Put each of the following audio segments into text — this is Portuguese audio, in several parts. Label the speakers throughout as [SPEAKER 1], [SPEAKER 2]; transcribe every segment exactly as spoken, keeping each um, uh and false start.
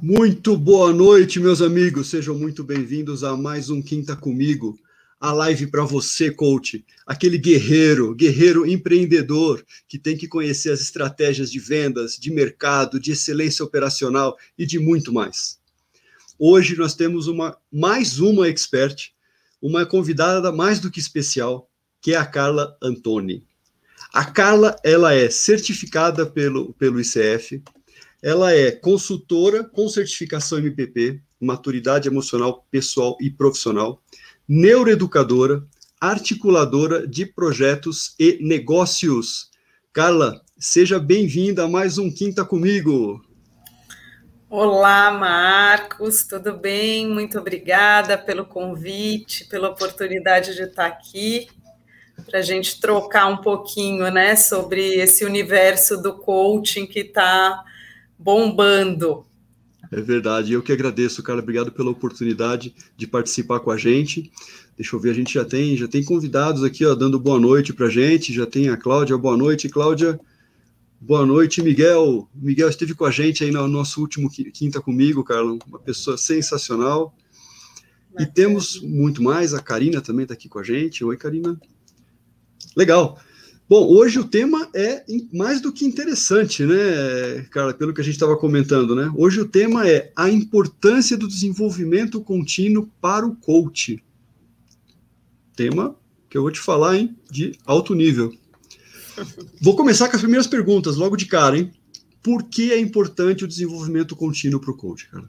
[SPEAKER 1] Muito boa noite, meus amigos. Sejam muito bem-vindos a mais um Quinta Comigo, a live para você, coach, aquele guerreiro, guerreiro empreendedor que tem que conhecer as estratégias de vendas, de mercado, de excelência operacional e de muito mais. Hoje nós temos uma, mais uma expert, uma convidada mais do que especial, que é a Carla Antoni. A Carla, ela é certificada pelo, pelo I C F, ela é consultora com certificação M P P, maturidade emocional, pessoal e profissional, neuroeducadora, articuladora de projetos e negócios. Carla, seja bem-vinda a mais um Quinta Comigo.
[SPEAKER 2] Olá, Marcos, tudo bem? Muito obrigada pelo convite, pela oportunidade de estar aqui, para a gente trocar um pouquinho, né, sobre esse universo do coaching que está bombando.
[SPEAKER 1] É verdade, eu que agradeço, Carla, obrigado pela oportunidade de participar com a gente. Deixa eu ver, a gente já tem, já tem convidados aqui, ó, dando boa noite para a gente, já tem a Cláudia, boa noite, Cláudia. Boa noite, Miguel. Miguel esteve com a gente aí no nosso último Quinta Comigo, Carla, uma pessoa sensacional. Bacana. E temos muito mais, a Karina também está aqui com a gente. Oi, Karina. Legal. Bom, hoje o tema é mais do que interessante, né, Carla, pelo que a gente estava comentando, né? Hoje o tema é a importância do desenvolvimento contínuo para o coach. Tema que eu vou te falar, hein, de alto nível. Vou começar com as primeiras perguntas, logo de cara, hein? Por que é importante o desenvolvimento contínuo para o coach, cara?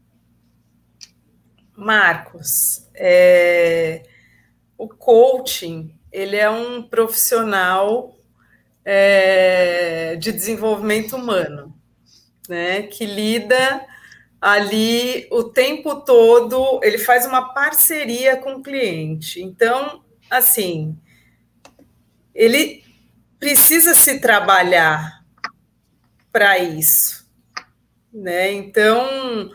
[SPEAKER 2] Marcos, é... o coaching, ele é um profissional é... de desenvolvimento humano, né? Que lida ali o tempo todo, ele faz uma parceria com o cliente. Então, assim, ele precisa se trabalhar para isso, né? Então,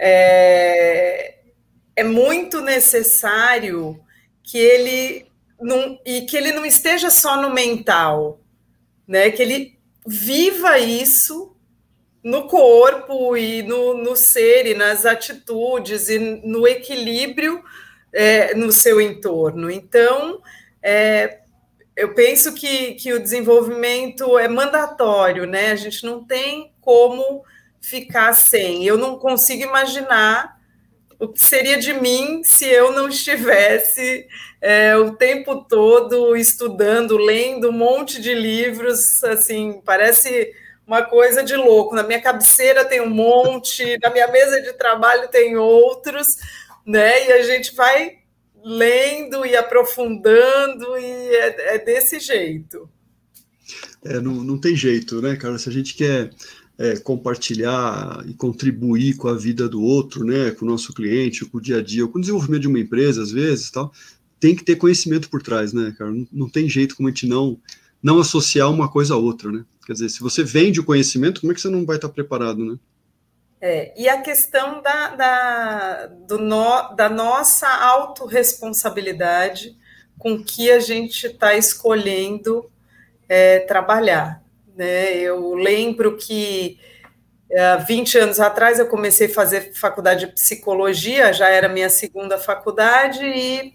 [SPEAKER 2] é, é muito necessário que ele não, e que ele não esteja só no mental, né? Que ele viva isso no corpo e no, no ser e nas atitudes e no equilíbrio é, no seu entorno. Então, é, eu penso que, que o desenvolvimento é mandatório, né? A gente não tem como ficar sem. Eu não consigo imaginar o que seria de mim se eu não estivesse é, o tempo todo estudando, lendo um monte de livros, assim, parece uma coisa de louco. Na minha cabeceira tem um monte, na minha mesa de trabalho tem outros, né? E a gente vai lendo e aprofundando, e é, é desse jeito.
[SPEAKER 1] É, não, não tem jeito, né, cara? Se a gente quer é, compartilhar e contribuir com a vida do outro, né, com o nosso cliente, com o dia a dia, com o desenvolvimento de uma empresa, às vezes, tal, tem que ter conhecimento por trás, né, cara? Não, não tem jeito como a gente não, não associar uma coisa a outra, né? Quer dizer, se você vende o conhecimento, como é que você não vai estar preparado, né?
[SPEAKER 2] É, e a questão da, da, do no, da nossa autorresponsabilidade com que a gente está escolhendo é, trabalhar, né? Eu lembro que há vinte anos atrás eu comecei a fazer faculdade de psicologia, já era minha segunda faculdade, e,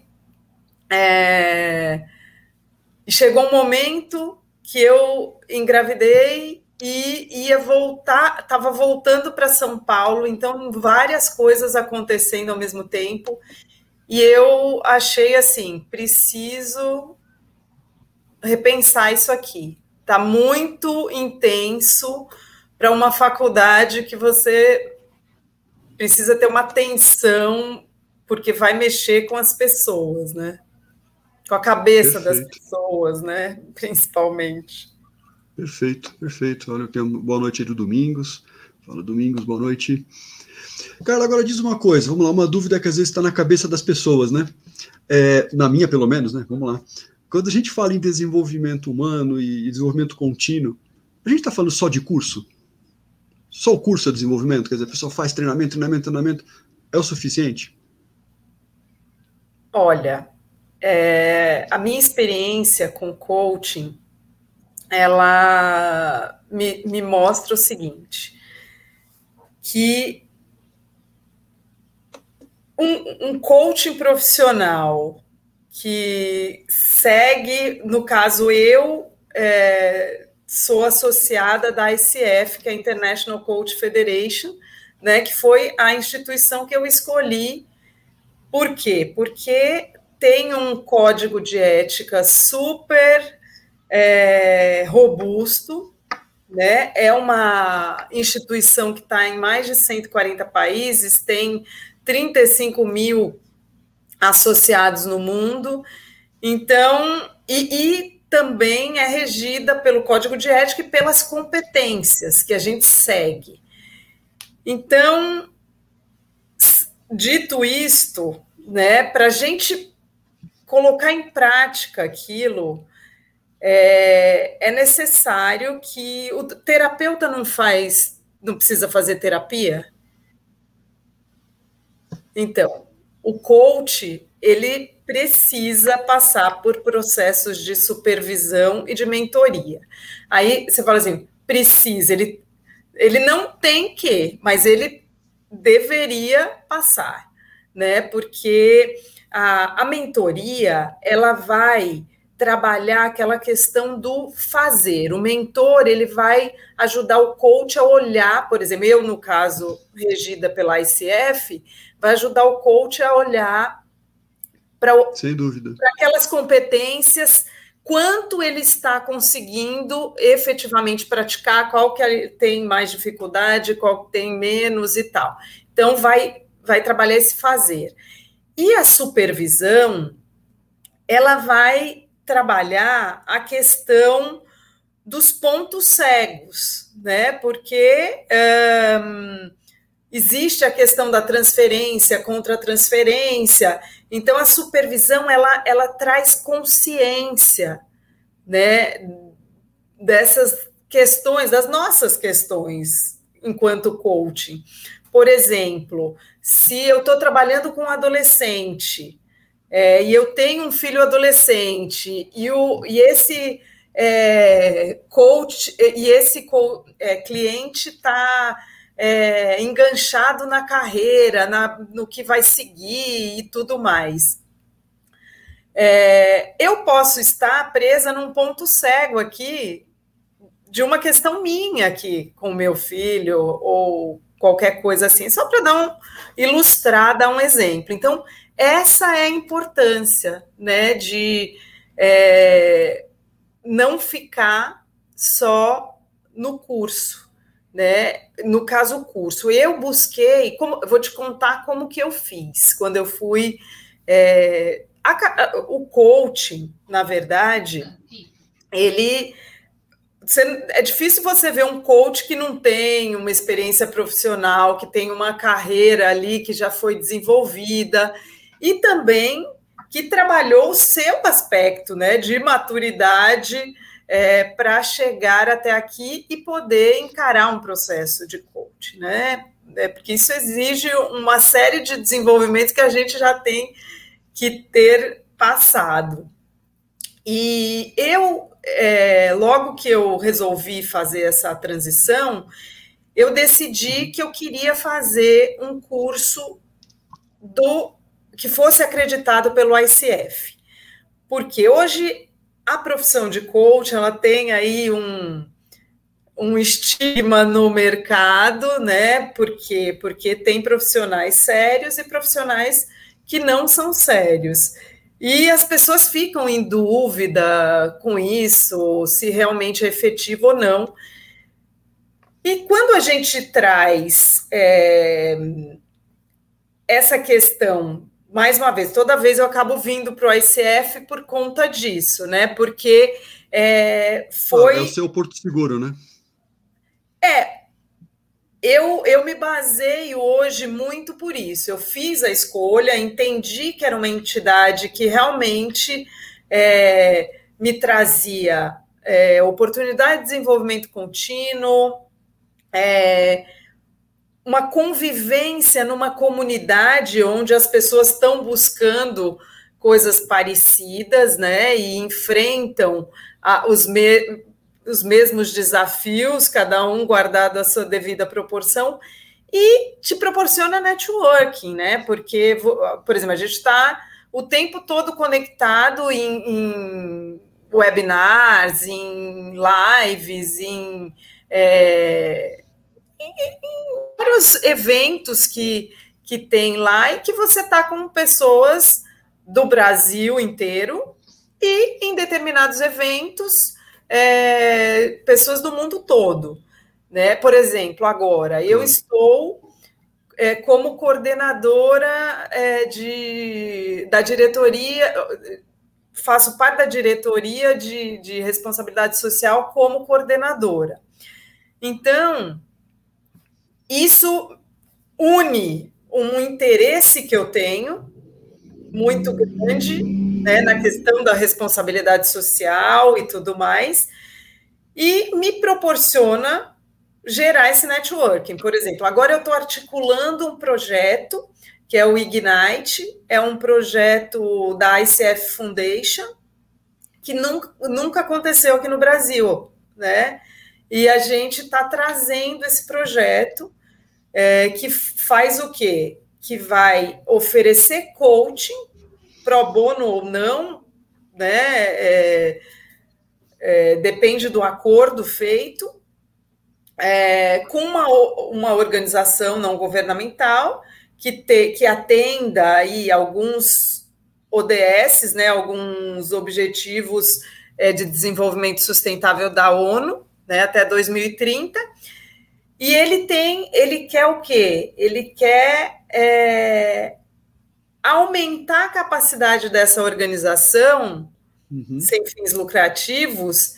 [SPEAKER 2] é, e chegou um momento que eu engravidei e ia voltar, estava voltando para São Paulo, então várias coisas acontecendo ao mesmo tempo, e eu achei assim, preciso repensar isso aqui. Está muito intenso para uma faculdade que você precisa ter uma atenção, porque vai mexer com as pessoas, né? Com a cabeça Perfeito. Das pessoas, né? Principalmente.
[SPEAKER 1] Perfeito, perfeito. Olha, eu tenho boa noite aí do Domingos. Fala, Domingos, boa noite. Carla, agora diz uma coisa, vamos lá, uma dúvida que às vezes está na cabeça das pessoas, né? É, na minha, pelo menos, né? Vamos lá. Quando a gente fala em desenvolvimento humano e desenvolvimento contínuo, a gente está falando só de curso? Só o curso é desenvolvimento? Quer dizer, a pessoa faz treinamento, treinamento, treinamento, é o suficiente?
[SPEAKER 2] Olha, é, a minha experiência com coaching, ela me, me mostra o seguinte, que um, um coaching profissional que segue, no caso eu é, sou associada da I C F, que é a International Coach Federation, né, que foi a instituição que eu escolhi. Por quê? Porque tem um código de ética super é, robusto, né? É uma instituição que está em mais de cento e quarenta países, tem trinta e cinco mil associados no mundo, então, e, e também é regida pelo código de ética e pelas competências que a gente segue. Então, dito isto, né, para a gente colocar em prática aquilo, é, é necessário que o terapeuta não faz, não precisa fazer terapia. Então, o coach, ele precisa passar por processos de supervisão e de mentoria. Aí você fala assim, precisa, ele, ele não tem que, mas ele deveria passar, né? Porque a, a mentoria, ela vai trabalhar aquela questão do fazer. O mentor, ele vai ajudar o coach a olhar, por exemplo, eu, no caso, regida pela I C F, vai ajudar o coach a olhar para aquelas competências, quanto ele está conseguindo efetivamente praticar, qual que tem mais dificuldade, qual que tem menos e tal. Então, vai, vai trabalhar esse fazer. E a supervisão, ela vai trabalhar a questão dos pontos cegos, né? Porque hum, existe a questão da transferência contra a transferência. Então, a supervisão, ela, ela traz consciência, né, dessas questões, das nossas questões, enquanto coaching. Por exemplo, se eu estou trabalhando com um adolescente, é, e eu tenho um filho adolescente, e, o, e esse é, coach, e esse co, é, cliente está é, enganchado na carreira, na, no que vai seguir e tudo mais. É, eu posso estar presa num ponto cego aqui, de uma questão minha aqui com o meu filho, ou qualquer coisa assim, só para dar um, ilustrar, dar um exemplo. Então, essa é a importância, né, de é, não ficar só no curso, né? No caso, o curso. Eu busquei, como, vou te contar como que eu fiz, quando eu fui... É, a, o coaching, na verdade, ele... Você, é difícil você ver um coach que não tem uma experiência profissional, que tem uma carreira ali que já foi desenvolvida, e também que trabalhou o seu aspecto, né, de maturidade é, para chegar até aqui e poder encarar um processo de coach, né? É, porque isso exige uma série de desenvolvimentos que a gente já tem que ter passado. E eu, é, logo que eu resolvi fazer essa transição, eu decidi que eu queria fazer um curso do, que fosse acreditado pelo I C F. Porque hoje a profissão de coach, ela tem aí um, um estigma no mercado, né? Porque, porque tem profissionais sérios e profissionais que não são sérios. E as pessoas ficam em dúvida com isso, se realmente é efetivo ou não. E quando a gente traz é, essa questão, mais uma vez, toda vez eu acabo vindo para o I C F por conta disso, né? Porque é, foi...
[SPEAKER 1] Ah, é o seu porto seguro, né?
[SPEAKER 2] É, eu, eu me baseio hoje muito por isso. Eu fiz a escolha, entendi que era uma entidade que realmente é, me trazia é, oportunidade de desenvolvimento contínuo, é, uma convivência numa comunidade onde as pessoas estão buscando coisas parecidas, né, e enfrentam a, os mesmos... os mesmos desafios, cada um guardado a sua devida proporção, e te proporciona networking, né? Porque, por exemplo, a gente está o tempo todo conectado em, em webinars, em lives, em, é, em, em vários eventos que, que tem lá e que você está com pessoas do Brasil inteiro e em determinados eventos, é, pessoas do mundo todo. Né? Por exemplo, agora, eu estou é, como coordenadora é, de, da diretoria, faço parte da diretoria de, de responsabilidade social como coordenadora. Então, isso une um interesse que eu tenho muito grande, né, na questão da responsabilidade social e tudo mais, e me proporciona gerar esse networking. Por exemplo, agora eu estou articulando um projeto que é o Ignite, é um projeto da I C F Foundation, que nunca, nunca aconteceu aqui no Brasil, né? E a gente está trazendo esse projeto é, que faz o quê? Que vai oferecer coaching, pro bono ou não, né? É, é, depende do acordo feito, é, com uma, uma organização não governamental que, te, que atenda aí alguns O D S, né, alguns Objetivos é, de Desenvolvimento Sustentável da ONU, né, até dois mil e trinta, e ele tem, ele quer o quê? Ele quer é, aumentar a capacidade dessa organização, uhum, sem fins lucrativos,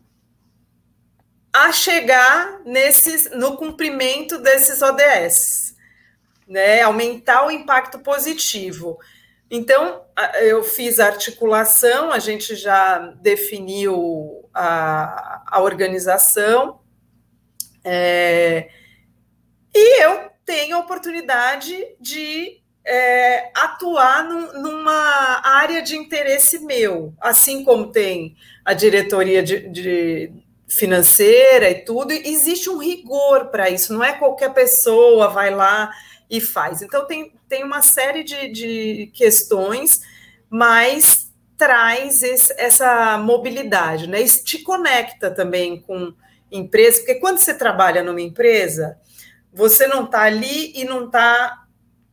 [SPEAKER 2] a chegar nesses, no cumprimento desses O D S, né? Aumentar o impacto positivo. Então, eu fiz a articulação, a gente já definiu a, a organização, é, e eu tenho a oportunidade de é, atuar num, numa área de interesse meu, assim como tem a diretoria de, de financeira e tudo, existe um rigor para isso, não é qualquer pessoa vai lá e faz. Então, tem, tem uma série de, de questões, mas traz esse, essa mobilidade, né? Isso te conecta também com empresa, porque quando você trabalha numa empresa, você não está ali e não está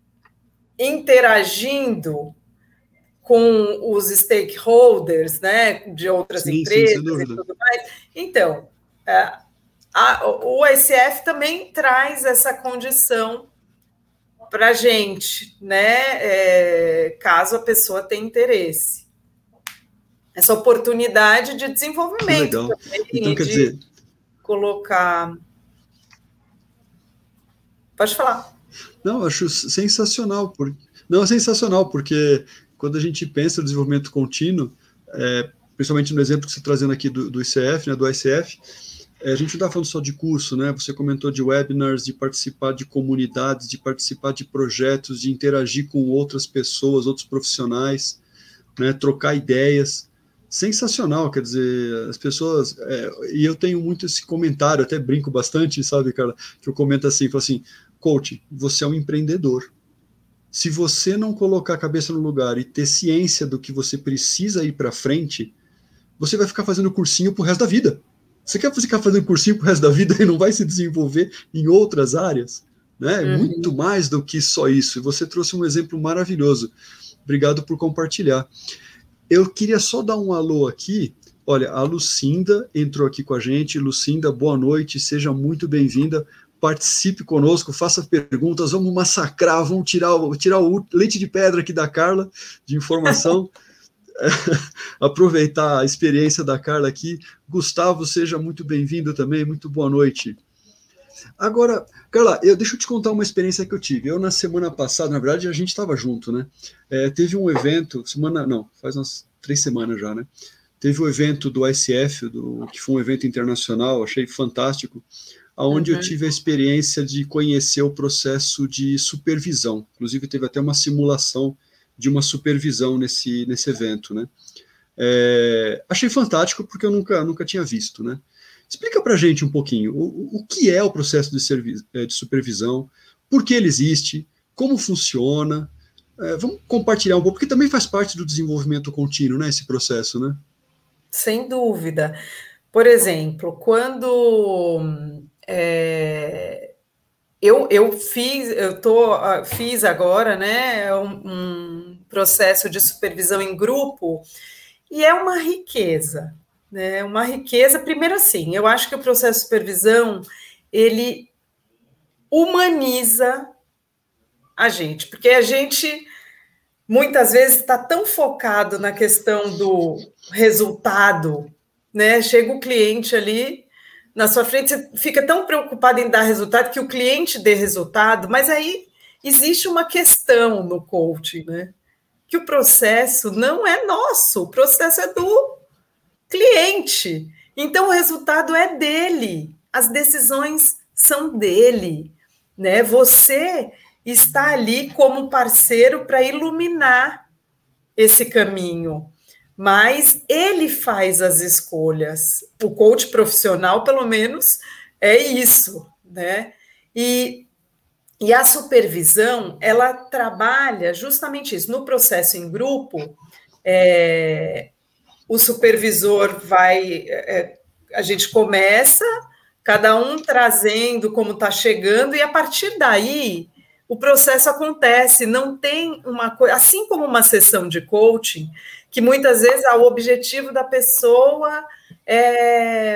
[SPEAKER 2] interagindo com os stakeholders, né, de outras sim, empresas sim, e tudo mais. Então, a, a, o I C F também traz essa condição para a gente, né, é, caso a pessoa tenha interesse. Essa oportunidade de desenvolvimento.
[SPEAKER 1] Legal.
[SPEAKER 2] Também,
[SPEAKER 1] então, quer
[SPEAKER 2] de
[SPEAKER 1] dizer...
[SPEAKER 2] colocar... Pode falar.
[SPEAKER 1] Não, acho sensacional. Porque... Não, é sensacional, porque quando a gente pensa no desenvolvimento contínuo, é, principalmente no exemplo que você está trazendo aqui do, do I C F, né, do I C F, é, a gente não está falando só de curso, né? Você comentou de webinars, de participar de comunidades, de participar de projetos, de interagir com outras pessoas, outros profissionais, né, trocar ideias. Sensacional, quer dizer, as pessoas... É, e eu tenho muito esse comentário, até brinco bastante, sabe, cara? Que eu comento assim, falo assim, coach, você é um empreendedor. Se você não colocar a cabeça no lugar e ter ciência do que você precisa ir para frente, você vai ficar fazendo cursinho pro resto da vida. Você quer ficar fazendo cursinho pro resto da vida e não vai se desenvolver em outras áreas? Né? Uhum. Muito mais do que só isso. E você trouxe um exemplo maravilhoso. Obrigado por compartilhar. Eu queria só dar um alô aqui. Olha, a Lucinda entrou aqui com a gente. Lucinda, boa noite, seja muito bem-vinda. Participe conosco, faça perguntas, vamos massacrar, vamos tirar o, tirar o leite de pedra aqui da Carla, de informação, aproveitar a experiência da Carla aqui. Gustavo, seja muito bem-vindo também, muito boa noite. Agora, Carla, eu, deixa eu te contar uma experiência que eu tive. Eu, na semana passada, na verdade, a gente estava junto, né? É, teve um evento, semana, não, faz umas três semanas já, né? Teve o um evento do I C F, do, que foi um evento internacional, achei fantástico, onde uhum. eu tive a experiência de conhecer o processo de supervisão. Inclusive, teve até uma simulação de uma supervisão nesse, nesse evento, né? É, achei fantástico, porque eu nunca, nunca tinha visto, né? Explica para a gente um pouquinho o, o que é o processo de, servi- de supervisão, por que ele existe, como funciona. É, vamos compartilhar um pouco, porque também faz parte do desenvolvimento contínuo, né, esse processo, né?
[SPEAKER 2] Sem dúvida. Por exemplo, quando é, eu, eu fiz, eu tô, fiz agora, né, um, um processo de supervisão em grupo, e é uma riqueza, né? Uma riqueza. Primeiro, assim, eu acho que o processo de supervisão ele humaniza a gente, porque a gente muitas vezes está tão focado na questão do resultado, né? Chega o cliente ali na sua frente, você fica tão preocupado em dar resultado que o cliente dê resultado, mas aí existe uma questão no coaching, né? Que o processo não é nosso, o processo é do cliente. Então o resultado é dele, as decisões são dele, né? Você está ali como parceiro para iluminar esse caminho, mas ele faz as escolhas. O coach profissional, pelo menos, é isso, né? E, e a supervisão, ela trabalha justamente isso. No processo em grupo, é, o supervisor vai... É, a gente começa, cada um trazendo como está chegando, e a partir daí o processo acontece, não tem uma coisa, assim como uma sessão de coaching, que muitas vezes ah, o objetivo da pessoa é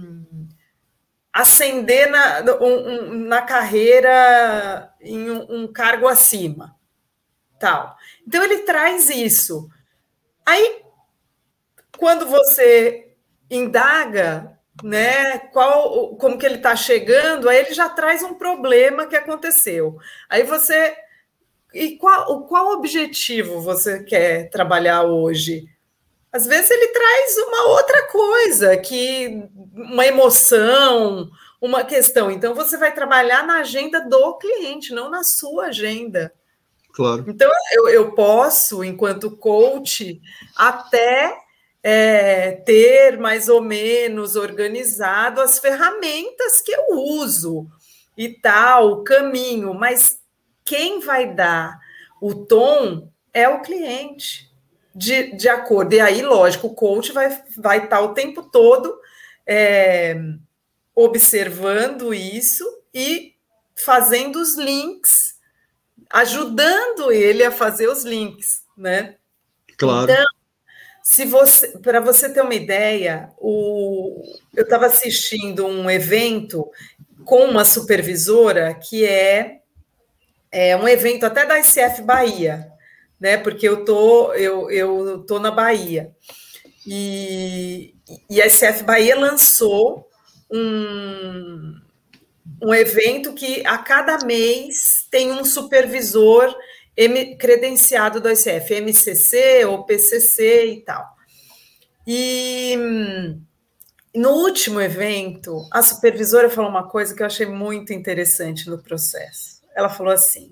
[SPEAKER 2] ascender na, um, na carreira em um, um cargo acima, tal. Então ele traz isso. Aí, quando você indaga, né, qual, como que ele está chegando, aí ele já traz um problema que aconteceu. Aí você... E qual, qual objetivo você quer trabalhar hoje? Às vezes ele traz uma outra coisa, que uma emoção, uma questão. Então, você vai trabalhar na agenda do cliente, não na sua agenda.
[SPEAKER 1] Claro.
[SPEAKER 2] Então, eu, eu posso, enquanto coach, até é, ter mais ou menos organizado as ferramentas que eu uso e tal, o caminho, mas quem vai dar o tom é o cliente, de, de acordo. E aí, lógico, o coach vai, vai estar o tempo todo é, observando isso e fazendo os links, ajudando ele a fazer os links, né?
[SPEAKER 1] Claro.
[SPEAKER 2] Então, se você, para você ter uma ideia, o, eu estava assistindo um evento com uma supervisora que é, é um evento até da I C F Bahia, né? Porque eu tô, eu, eu tô na Bahia. E, e a I C F Bahia lançou um, um evento que a cada mês tem um supervisor credenciado do I C F, M C C ou P C C e tal. E no último evento, a supervisora falou uma coisa que eu achei muito interessante no processo. Ela falou assim,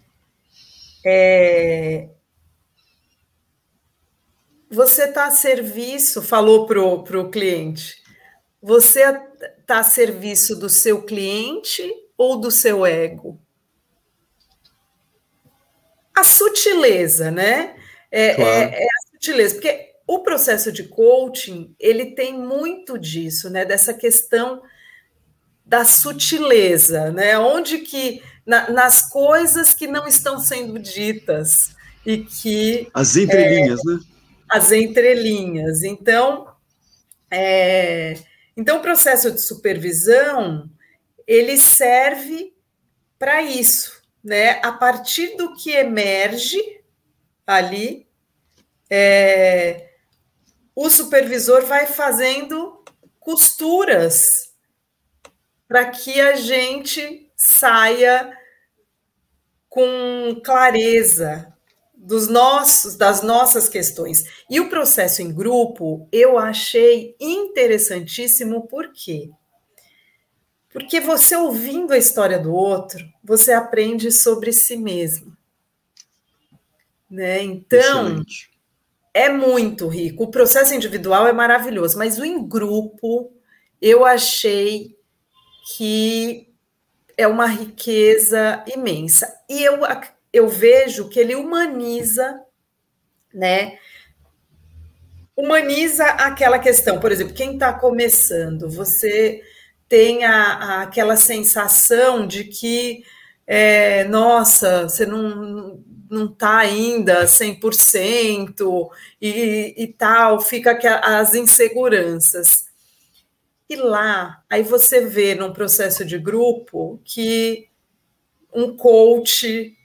[SPEAKER 2] é, você está a serviço, falou para o cliente, você está a serviço do seu cliente ou do seu ego? A sutileza, né? É,
[SPEAKER 1] Claro.
[SPEAKER 2] é, é a sutileza, porque o processo de coaching, ele tem muito disso, né? Dessa questão da sutileza, né? Onde que, na, nas coisas que não estão sendo ditas e que...
[SPEAKER 1] As entrelinhas, é, né?
[SPEAKER 2] As entrelinhas. Então, é, então, o processo de supervisão, ele serve para isso, né? A partir do que emerge ali, é, o supervisor vai fazendo costuras para que a gente saia com clareza dos nossos, das nossas questões. E o processo em grupo eu achei interessantíssimo, por quê? Porque você ouvindo a história do outro, você aprende sobre si mesmo. Né? Então, excelente. É muito rico. O processo individual é maravilhoso, mas o em grupo eu achei que é uma riqueza imensa. E eu, eu vejo que ele humaniza, né? Humaniza aquela questão. Por exemplo, quem está começando, você tem a, a, aquela sensação de que, é, nossa, você não não está ainda cem por cento e, e tal, fica as inseguranças. E lá, aí você vê num processo de grupo que um coach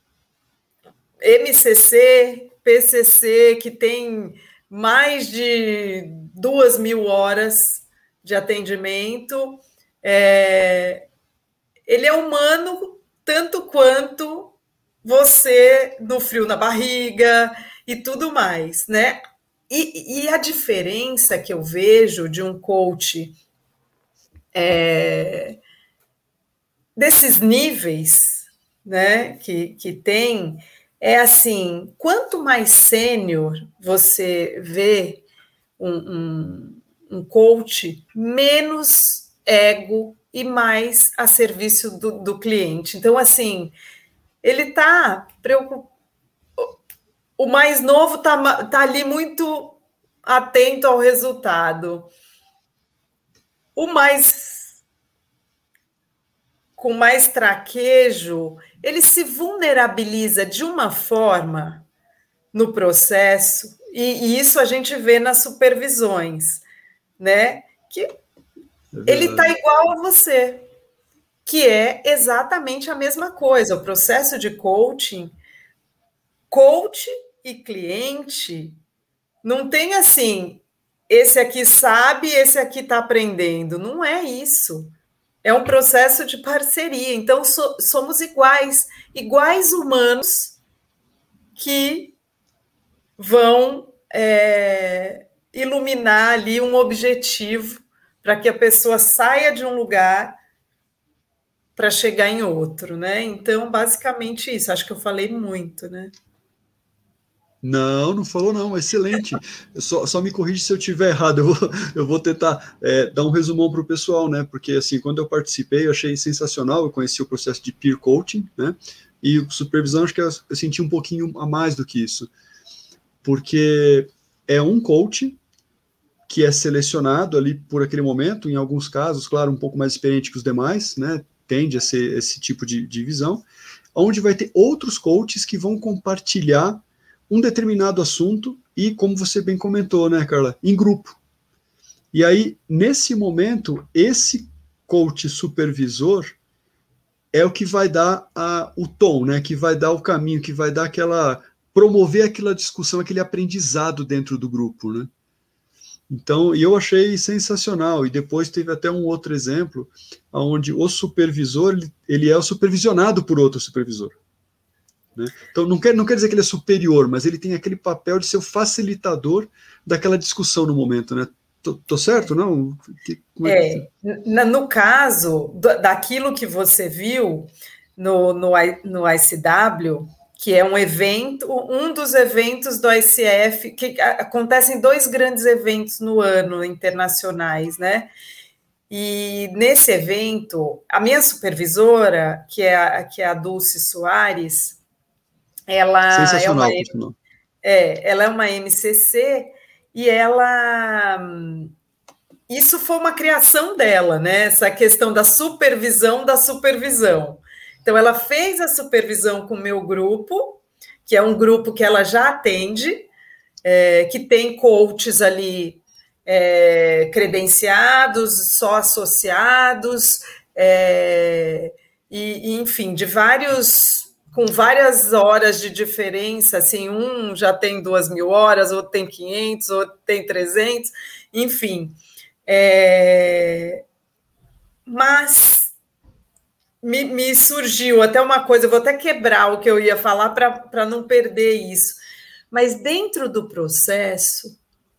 [SPEAKER 2] M C C, P C C, que tem mais de duas mil horas de atendimento, é, ele é humano tanto quanto você no frio na barriga e tudo mais, né? E, e a diferença que eu vejo de um coach é, desses níveis, né, que, que tem, é assim, quanto mais sênior você vê um, um, um coach, menos ego e mais a serviço do, do cliente. Então, assim, ele está preocupado. O mais novo está tá ali muito atento ao resultado. O mais com mais traquejo, ele se vulnerabiliza de uma forma no processo, e, e isso a gente vê nas supervisões, né? Que é ele está igual a você, que é exatamente a mesma coisa. O processo de coaching, coach e cliente, não tem assim, esse aqui sabe, esse aqui está aprendendo. Não é isso. É um processo de parceria. Então, so, somos iguais, iguais humanos que vão é, iluminar ali um objetivo para que a pessoa saia de um lugar para chegar em outro, né? Então, basicamente isso. Acho que eu falei muito, né?
[SPEAKER 1] Não, não falou não, excelente. Só, só me corrige se eu estiver errado, eu vou, eu vou tentar é, dar um resumão para o pessoal, né? Porque assim, quando eu participei, eu achei sensacional, eu conheci o processo de peer coaching, né? E supervisão, acho que eu, eu senti um pouquinho a mais do que isso. Porque é um coach que é selecionado ali por aquele momento, em alguns casos, claro, um pouco mais experiente que os demais, né? Tende a ser esse tipo de, de visão, onde vai ter outros coaches que vão compartilhar um determinado assunto e, como você bem comentou, né, Carla, em grupo. E aí, nesse momento, esse coach supervisor é o que vai dar a, o tom, né, que vai dar o caminho, que vai dar aquela, promover aquela discussão, aquele aprendizado dentro do grupo, né. Então, e eu achei sensacional. E depois teve até um outro exemplo, onde o supervisor, ele, ele é o supervisionado por outro supervisor. Né? Então, não quer, não quer dizer que ele é superior, mas ele tem aquele papel de ser o facilitador daquela discussão no momento, né? Tô, tô certo, não? Que,
[SPEAKER 2] é, é que... No caso daquilo que você viu no, no, no I C W, que é um evento, um dos eventos do I C F, que acontecem dois grandes eventos no ano internacionais, né? E nesse evento, a minha supervisora, que é a, que é a Dulce Soares, ela é uma, é, ela é uma M C C e ela... Isso foi uma criação dela, né? Essa questão da supervisão da supervisão. Então, ela fez a supervisão com o meu grupo, que é um grupo que ela já atende, é, que tem coaches ali é, credenciados, só associados, é, e, enfim, de vários... com várias horas de diferença, assim, um já tem duas mil horas, outro tem quinhentos, outro tem trezentos, enfim. É... Mas me, me surgiu até uma coisa, eu vou até quebrar o que eu ia falar para não perder isso, mas dentro do processo,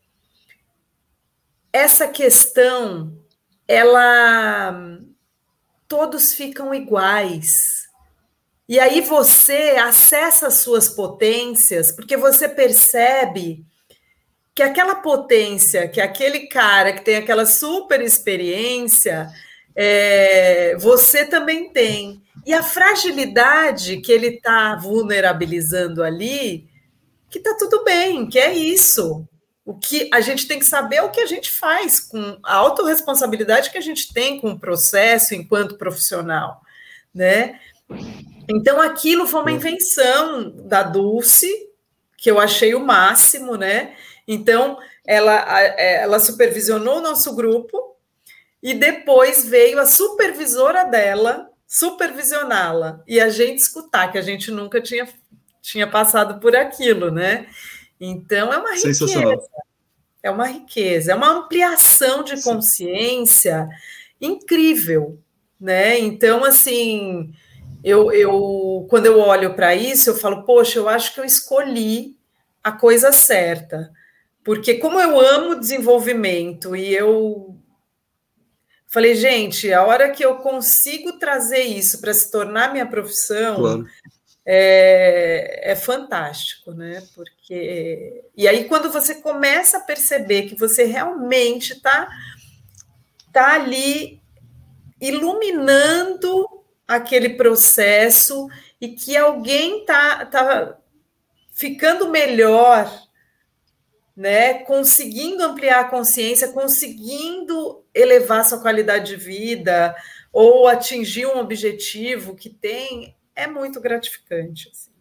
[SPEAKER 2] essa questão, ela... todos ficam iguais. E aí você acessa as suas potências, porque você percebe que aquela potência, que aquele cara que tem aquela super experiência, é, você também tem. E a fragilidade que ele está vulnerabilizando ali, que está tudo bem, que é isso. O que a gente tem que saber é o que a gente faz com a autorresponsabilidade que a gente tem com o processo enquanto profissional, né? Então, aquilo foi uma invenção da Dulce, que eu achei o máximo, né? Então, ela, ela supervisionou o nosso grupo e depois veio a supervisora dela supervisioná-la e a gente escutar, que a gente nunca tinha, tinha passado por aquilo, né? Então, é uma riqueza. É uma riqueza, é uma ampliação de consciência incrível, né? Então, assim, eu, eu quando eu olho para isso, eu falo, poxa, eu acho que eu escolhi a coisa certa. Porque como eu amo desenvolvimento e eu falei, gente, a hora que eu consigo trazer isso para se tornar minha profissão, claro. é, é fantástico, né? Porque e aí quando você começa a perceber que você realmente está tá ali iluminando aquele processo e que alguém tá, tá ficando melhor, né? Conseguindo ampliar a consciência, conseguindo elevar sua qualidade de vida ou atingir um objetivo que tem, é muito gratificante. Assim.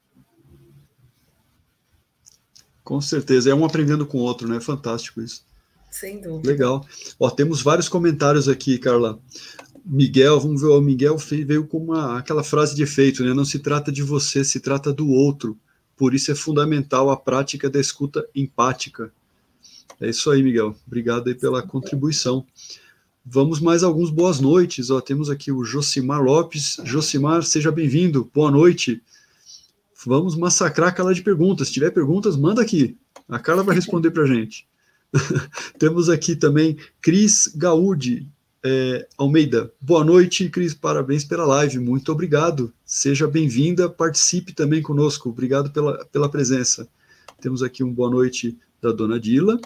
[SPEAKER 1] Com certeza, é um aprendendo com o outro, né? Fantástico isso.
[SPEAKER 2] Sem dúvida.
[SPEAKER 1] Legal. Ó, temos vários comentários aqui, Carla. Miguel, vamos ver, o Miguel veio com uma, aquela frase de efeito, né? Não se trata de você, se trata do outro. Por isso é fundamental a prática da escuta empática. É isso aí, Miguel. Obrigado aí pela contribuição. Vamos mais alguns boas noites. Ó, temos aqui o Josimar Lopes. Josimar, seja bem-vindo. Boa noite. Vamos massacrar a Carla de perguntas. Se tiver perguntas, manda aqui. A Carla vai responder para a gente. Temos aqui também Cris Gaúdi é, Almeida. Boa noite, Cris. Parabéns pela live. Muito obrigado. Seja bem-vinda. Participe também conosco. Obrigado pela, pela presença. Temos aqui um boa noite da dona Dila.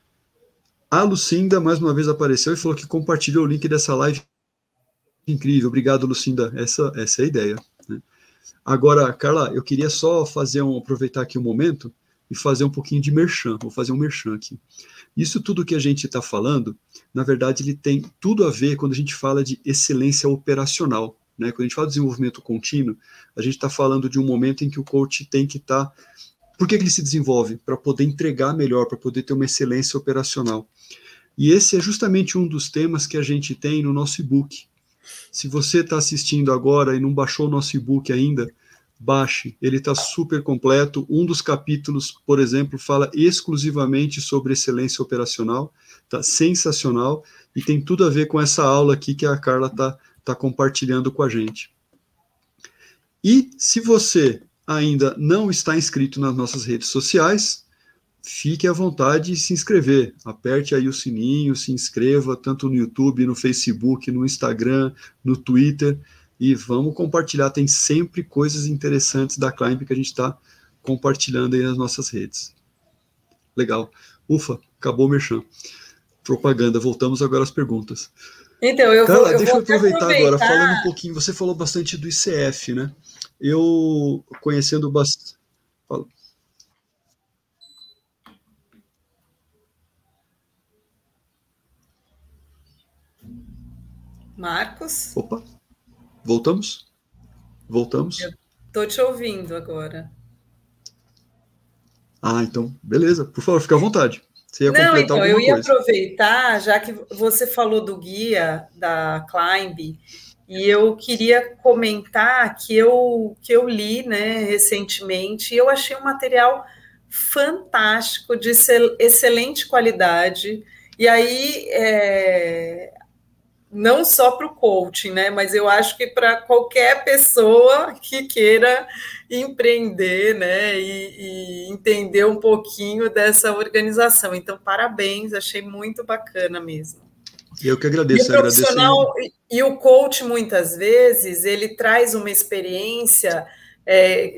[SPEAKER 1] A Lucinda, mais uma vez, apareceu e falou que compartilhou o link dessa live. Incrível. Obrigado, Lucinda. Essa, essa é a ideia. Né? Agora, Carla, eu queria só fazer um, aproveitar aqui um momento e fazer um pouquinho de merchan. Vou fazer um merchan aqui. Isso tudo que a gente está falando, na verdade, ele tem tudo a ver quando a gente fala de excelência operacional. Né? Quando a gente fala de desenvolvimento contínuo, a gente está falando de um momento em que o coach tem que estar... Tá... Por que, que ele se desenvolve? Para poder entregar melhor, para poder ter uma excelência operacional. E esse é justamente um dos temas que a gente tem no nosso e-book. Se você está assistindo agora e não baixou o nosso e-book ainda, baixe, ele está super completo. Um dos capítulos, por exemplo, fala exclusivamente sobre excelência operacional, está sensacional, e tem tudo a ver com essa aula aqui que a Carla está tá compartilhando com a gente. E se você ainda não está inscrito nas nossas redes sociais, fique à vontade de se inscrever. Aperte aí o sininho, se inscreva, tanto no YouTube, no Facebook, no Instagram, no Twitter, e vamos compartilhar. Tem sempre coisas interessantes da Climb que a gente está compartilhando aí nas nossas redes. Legal. Ufa, acabou o merchan. Propaganda, voltamos agora às perguntas.
[SPEAKER 2] Então, eu
[SPEAKER 1] Carla,
[SPEAKER 2] vou, eu
[SPEAKER 1] deixa
[SPEAKER 2] vou
[SPEAKER 1] eu aproveitar,
[SPEAKER 2] aproveitar
[SPEAKER 1] agora, falando um pouquinho, você falou bastante do I C F, né? Eu, conhecendo bastante...
[SPEAKER 2] Marcos?
[SPEAKER 1] Opa, voltamos? Voltamos?
[SPEAKER 2] Estou te ouvindo agora.
[SPEAKER 1] Ah, então, beleza. Por favor, fique à vontade. Você ia
[SPEAKER 2] Não,
[SPEAKER 1] completar
[SPEAKER 2] então,
[SPEAKER 1] alguma
[SPEAKER 2] eu ia
[SPEAKER 1] coisa.
[SPEAKER 2] aproveitar, já que você falou do guia da Climb, e eu queria comentar que eu, que eu li, né, recentemente, e eu achei um material fantástico, de excelente qualidade, e aí, é, não só para o coaching, né, mas eu acho que para qualquer pessoa que queira empreender, né, e, e entender um pouquinho dessa organização. Então, parabéns, achei muito bacana mesmo.
[SPEAKER 1] Eu que agradeço.
[SPEAKER 2] E o profissional agradeço... e o coach, muitas vezes, ele traz uma experiência, é,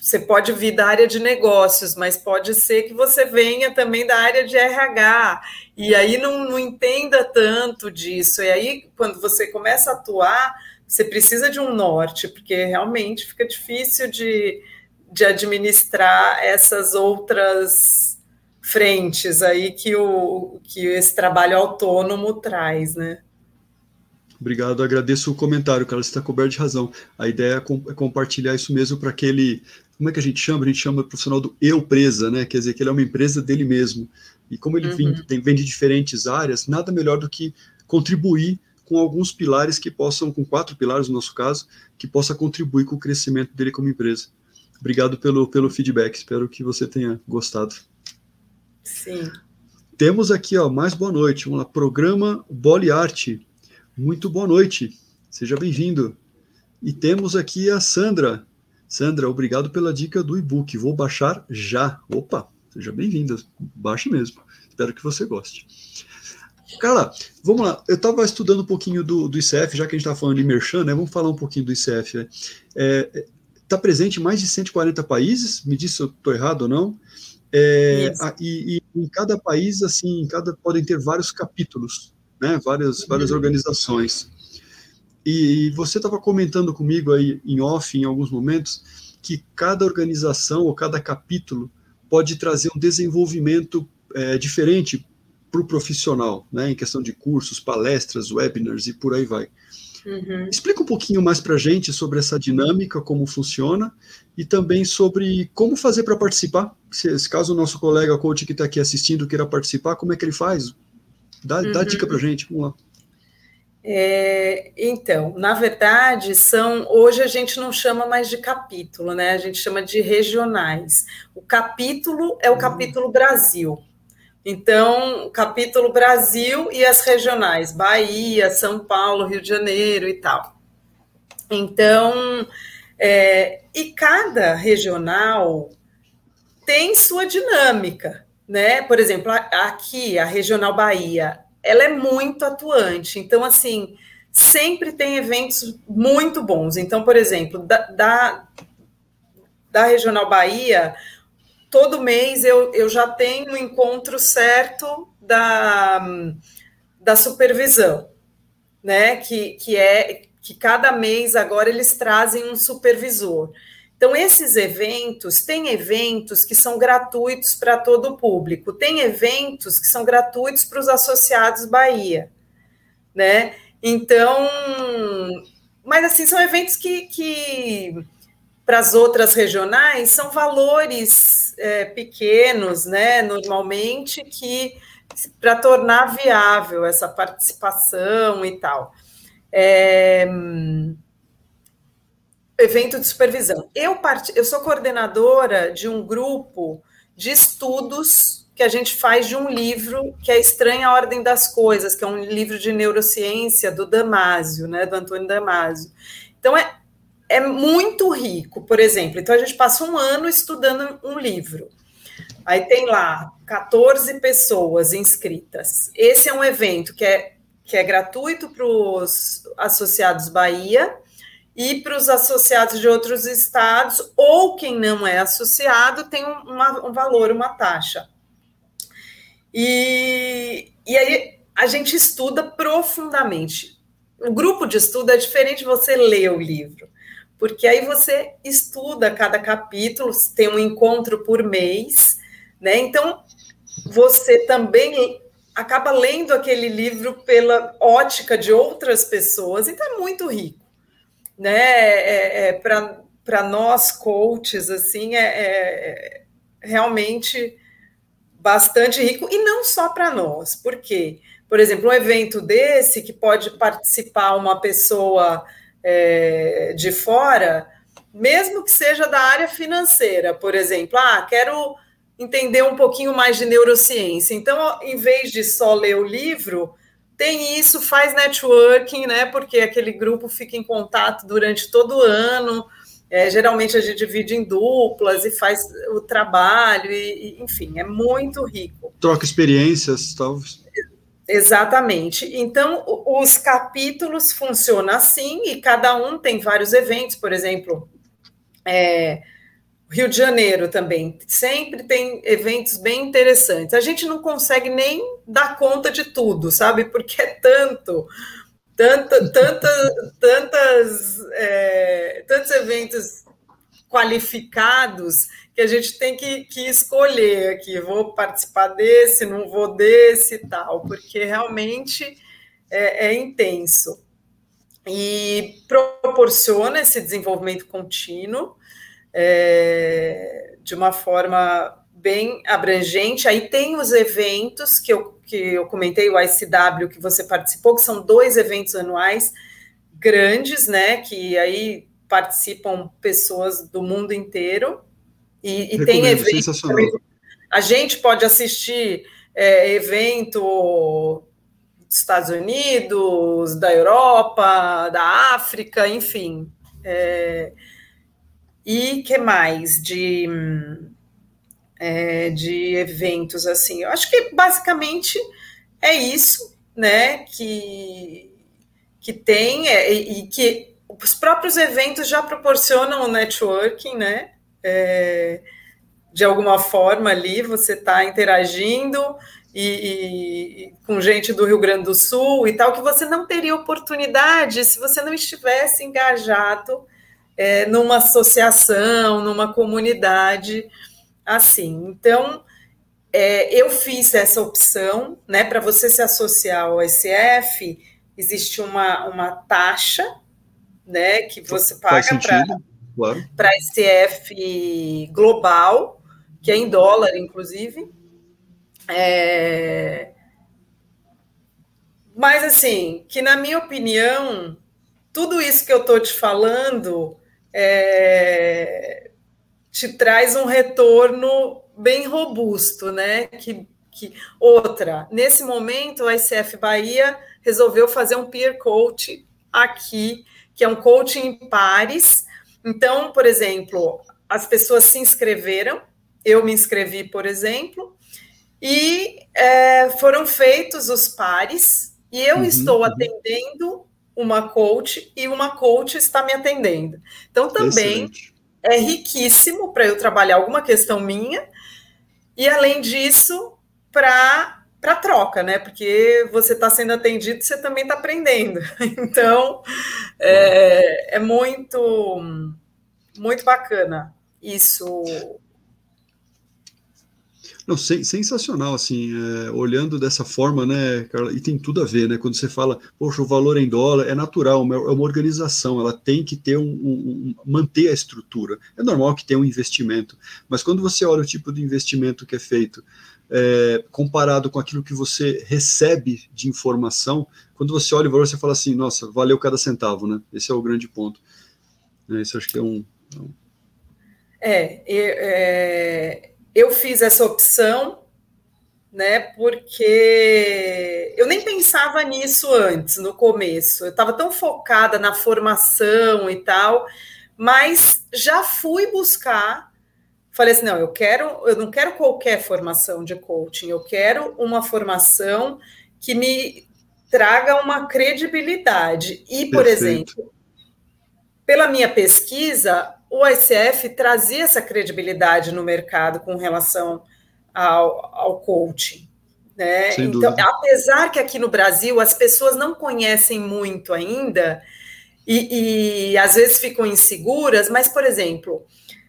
[SPEAKER 2] você pode vir da área de negócios, mas pode ser que você venha também da área de R H, e aí não, não entenda tanto disso. E aí, quando você começa a atuar, você precisa de um norte, porque realmente fica difícil de, de administrar essas outras frentes aí que, o, que esse trabalho autônomo traz, né?
[SPEAKER 1] Obrigado, agradeço o comentário, Carla, você está coberto de razão. A ideia é, com, é compartilhar isso mesmo para aquele, como é que a gente chama? A gente chama o profissional do eu presa, né? Quer dizer, que ele é uma empresa dele mesmo. E como ele uhum. vem, tem, vem de diferentes áreas, nada melhor do que contribuir com alguns pilares que possam, com quatro pilares no nosso caso, que possa contribuir com o crescimento dele como empresa. Obrigado pelo, pelo feedback, espero que você tenha gostado.
[SPEAKER 2] Sim.
[SPEAKER 1] Temos aqui, ó, mais boa noite, vamos lá, programa Boliarte. Muito boa noite, seja bem-vindo. E temos aqui a Sandra. Sandra, obrigado pela dica do e-book, vou baixar já. Opa, seja bem-vinda, baixe mesmo, espero que você goste. Carla, vamos lá, eu estava estudando um pouquinho do, do I C F, já que a gente está falando de Merchan, né, vamos falar um pouquinho do I C F. Está é, tá presente em mais de cento e quarenta países, me diz se eu estou errado ou não, é, a, e, e em cada país, assim, em cada, podem ter vários capítulos, né, várias, várias uhum. organizações. E, e você estava comentando comigo aí em off, em alguns momentos, que cada organização ou cada capítulo pode trazer um desenvolvimento é, diferente para o profissional, né, em questão de cursos, palestras, webinars e por aí vai. Uhum. Explica um pouquinho mais para a gente sobre essa dinâmica, como funciona, e também sobre como fazer para participar. Se, caso o nosso colega coach que está aqui assistindo queira participar, como é que ele faz? Dá, uhum. dá dica para a gente, vamos lá.
[SPEAKER 2] É, então, na verdade, são, hoje a gente não chama mais de capítulo, né? A gente chama de regionais. O capítulo é o capítulo Brasil. Então, o capítulo Brasil e as regionais, Bahia, São Paulo, Rio de Janeiro e tal. Então, é, e cada regional tem sua dinâmica, né? Por exemplo, aqui, a Regional Bahia, ela é muito atuante. Então, assim, sempre tem eventos muito bons. Então, por exemplo, da, da, da Regional Bahia, todo mês eu, eu já tenho um encontro certo da, da supervisão, né? Que, que é que cada mês agora eles trazem um supervisor. Então, esses eventos, tem eventos que são gratuitos para todo o público, tem eventos que são gratuitos para os associados Bahia, né? Então, mas assim, são eventos que, que para as outras regionais são valores é, pequenos, né? Normalmente, que para tornar viável essa participação e tal. É, evento de supervisão. Eu, part... eu sou coordenadora de um grupo de estudos que a gente faz de um livro que é Estranha Ordem das Coisas, que é um livro de neurociência do Damasio, né, do Antônio Damasio. Então, é, é muito rico, por exemplo. Então, a gente passa um ano estudando um livro. Aí tem lá quatorze pessoas inscritas. Esse é um evento que é, que é gratuito para os associados Bahia, e para os associados de outros estados, ou quem não é associado, tem uma, um valor, uma taxa. E, e aí a gente estuda profundamente. O grupo de estudo é diferente de você ler o livro, porque aí você estuda cada capítulo, tem um encontro por mês, né? Então, você também acaba lendo aquele livro pela ótica de outras pessoas, então é muito rico. Né, é, é, para nós coaches, assim, é, é realmente bastante rico, e não só para nós, porque, por exemplo, um evento desse, que pode participar uma pessoa é, de fora, mesmo que seja da área financeira, por exemplo, ah, quero entender um pouquinho mais de neurociência, então, em vez de só ler o livro, tem isso, faz networking, né? Porque aquele grupo fica em contato durante todo o ano. É, geralmente a gente divide em duplas e faz o trabalho, e, e, enfim, é muito rico.
[SPEAKER 1] Troca experiências, talvez.
[SPEAKER 2] Exatamente. Então, os capítulos funcionam assim, e cada um tem vários eventos, por exemplo, é, Rio de Janeiro também, sempre tem eventos bem interessantes. A gente não consegue nem dar conta de tudo, sabe? Porque é tanto, tanta, tanta, tantas, é, tantos eventos qualificados que a gente tem que, que escolher aqui. Vou participar desse, não vou desse e tal, porque realmente é, é intenso. E proporciona esse desenvolvimento contínuo, É, de uma forma bem abrangente. Aí tem os eventos que eu, que eu comentei, o I C W, que você participou, que são dois eventos anuais grandes, né, que aí participam pessoas do mundo inteiro, e, e tem eventos,
[SPEAKER 1] sensacional.
[SPEAKER 2] A gente pode assistir é, evento dos Estados Unidos, da Europa, da África, enfim, é, e que mais de, é, de eventos assim? Eu acho que basicamente é isso, né? Que, que tem, é, e que os próprios eventos já proporcionam o networking, né? É, de alguma forma ali você está interagindo e, e, com gente do Rio Grande do Sul e tal, que você não teria oportunidade se você não estivesse engajado É, numa associação, numa comunidade, assim. Então, é, eu fiz essa opção, né, para você se associar ao I C F, existe uma, uma taxa, né, que você paga para claro. Para I C F global, que é em dólar, inclusive. É... Mas, assim, que na minha opinião, tudo isso que eu estou te falando É, te traz um retorno bem robusto, né? Que, que outra, nesse momento, a I C F Bahia resolveu fazer um peer coach aqui, que é um coaching em pares. Então, por exemplo, as pessoas se inscreveram, eu me inscrevi, por exemplo, e é, foram feitos os pares, e eu uhum, estou uhum. atendendo uma coach e uma coach está me atendendo. Então, também Excelente. É riquíssimo para eu trabalhar alguma questão minha e, além disso, para para troca, né? Porque você está sendo atendido, você também está aprendendo. Então, é, é muito, muito bacana isso.
[SPEAKER 1] Não, sensacional, assim, é, olhando dessa forma, né, Carla, e tem tudo a ver, né, quando você fala, poxa, o valor em dólar é natural, é uma organização, ela tem que ter um, um, um manter a estrutura, é normal que tenha um investimento, mas quando você olha o tipo de investimento que é feito, é, comparado com aquilo que você recebe de informação, quando você olha o valor, você fala assim, nossa, valeu cada centavo, né, esse é o grande ponto, é, isso acho que é um... É, um...
[SPEAKER 2] é, é... Eu fiz essa opção, né, porque eu nem pensava nisso antes, no começo. Eu estava tão focada na formação e tal, mas já fui buscar. Falei assim, não, eu quero, eu não quero qualquer formação de coaching, eu quero uma formação que me traga uma credibilidade. E, por Perfeito. exemplo, pela minha pesquisa, o I C F trazia essa credibilidade no mercado com relação ao, ao coaching, né?
[SPEAKER 1] Sem
[SPEAKER 2] então,
[SPEAKER 1] dúvida.
[SPEAKER 2] Apesar que aqui no Brasil as pessoas não conhecem muito ainda e, e às vezes ficam inseguras, mas, por exemplo,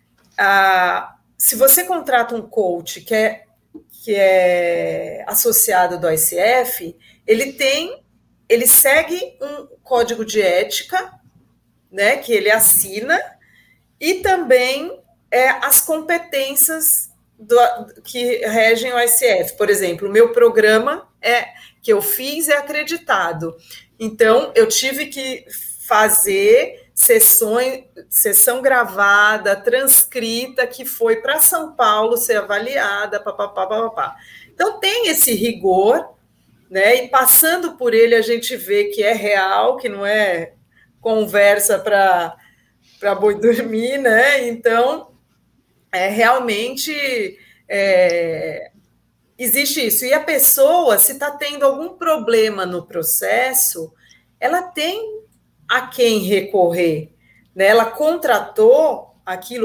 [SPEAKER 2] a, se você contrata um coach que é, que é associado do I C F, ele tem, ele segue um código de ética, né, que ele assina, e também é, as competências do, que regem o I C F. Por exemplo, o meu programa é, que eu fiz é acreditado. Então, eu tive que fazer sessões, sessão gravada, transcrita, que foi para São Paulo ser avaliada, papapá, papapá. Então, tem esse rigor, né? E passando por ele, a gente vê que é real, que não é conversa para para boi dormir, né? Então, é, realmente é, existe isso. E a pessoa, se está tendo algum problema no processo, ela tem a quem recorrer, né? Ela contratou aquilo,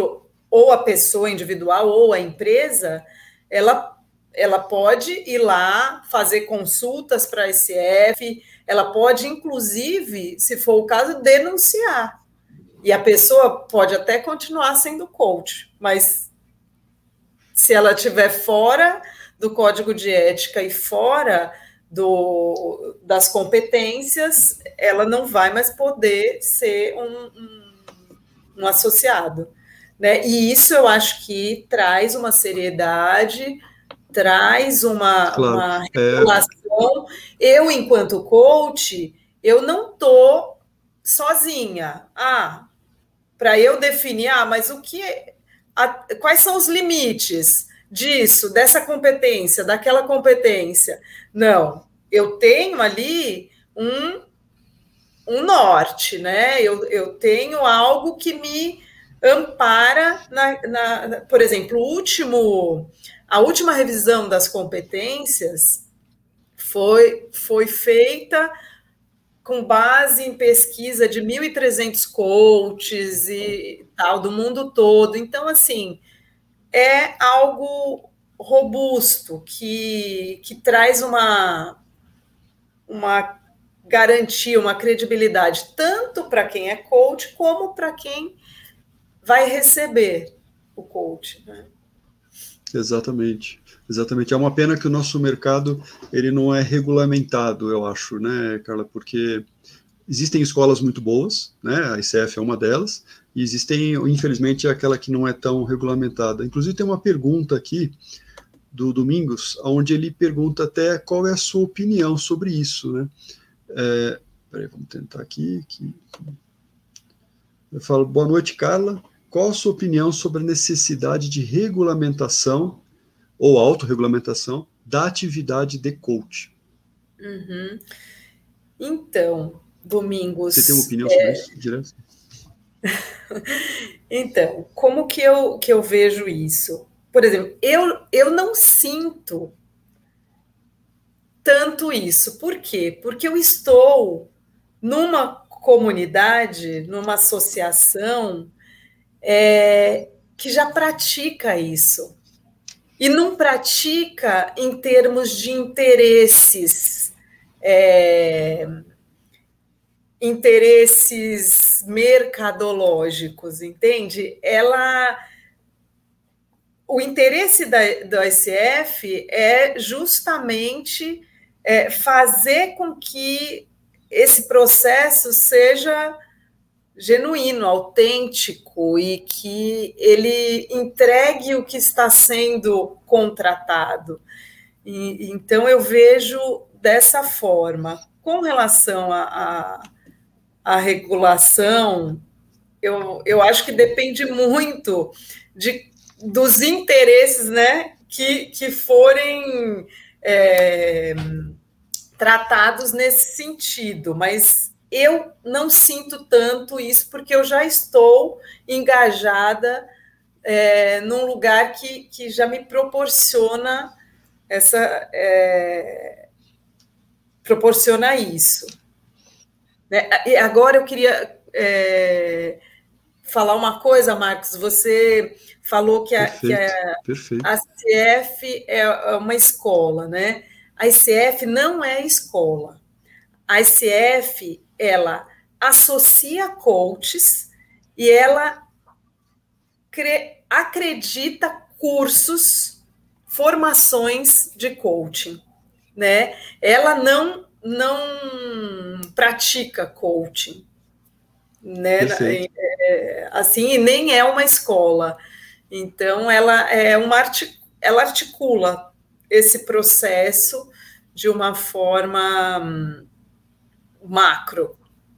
[SPEAKER 2] ou a pessoa individual ou a empresa, ela, ela pode ir lá fazer consultas para a I C F, ela pode, inclusive, se for o caso, denunciar. E a pessoa pode até continuar sendo coach, mas se ela estiver fora do código de ética e fora do, das competências, ela não vai mais poder ser um, um, um associado. Né? E isso eu acho que traz uma seriedade, traz uma,
[SPEAKER 1] Claro,
[SPEAKER 2] uma regulação. É... Eu, enquanto coach, eu não estou sozinha. Ah, para eu definir, ah, mas o que é, a, quais são os limites disso, dessa competência, daquela competência? Não, eu tenho ali um, um norte, né? Eu, eu tenho algo que me ampara, na, na, por exemplo, o último, a última revisão das competências foi, foi feita com base em pesquisa de mil e trezentos coaches e tal, do mundo todo. Então, assim, é algo robusto, que, que traz uma, uma garantia, uma credibilidade, tanto para quem é coach, como para quem vai receber o coach. Né?
[SPEAKER 1] Exatamente. Exatamente. É uma pena que o nosso mercado ele não é regulamentado, eu acho, né, Carla? Porque existem escolas muito boas, né? A I C F é uma delas, e existem, infelizmente, aquela que não é tão regulamentada. Inclusive, tem uma pergunta aqui do Domingos, onde ele pergunta até qual é a sua opinião sobre isso, né? É, peraí, vamos tentar aqui. aqui. Eu falo, boa noite, Carla. Qual a sua opinião sobre a necessidade de regulamentação ou autorregulamentação da atividade de coach?
[SPEAKER 2] Uhum. Então, Domingos...
[SPEAKER 1] Você tem uma opinião sobre é... isso, direto?
[SPEAKER 2] Então, como que eu, que eu vejo isso? Por exemplo, eu, eu não sinto tanto isso. Por quê? Porque eu estou numa comunidade, numa associação é, que já pratica isso. E não pratica em termos de interesses, é, interesses mercadológicos, entende? Ela, o interesse da, da I C F é justamente é, fazer com que esse processo seja genuíno, autêntico e que ele entregue o que está sendo contratado. E, então, eu vejo dessa forma. Com relação à a, a, a regulação, eu, eu acho que depende muito de, dos interesses, né, que, que forem é, tratados nesse sentido, mas eu não sinto tanto isso, porque eu já estou engajada é, num lugar que, que já me proporciona essa é, proporciona isso. Né? E agora eu queria é, falar uma coisa, Marcos. Você falou que a,
[SPEAKER 1] perfeito,
[SPEAKER 2] que a, a C F é uma escola, né? A I C F não é escola. A I C F, ela associa coaches e ela cre- acredita cursos, formações de coaching, né? Ela não, não pratica coaching, né? É, assim, nem é uma escola. Então, ela é uma artic- ela articula esse processo de uma forma macro.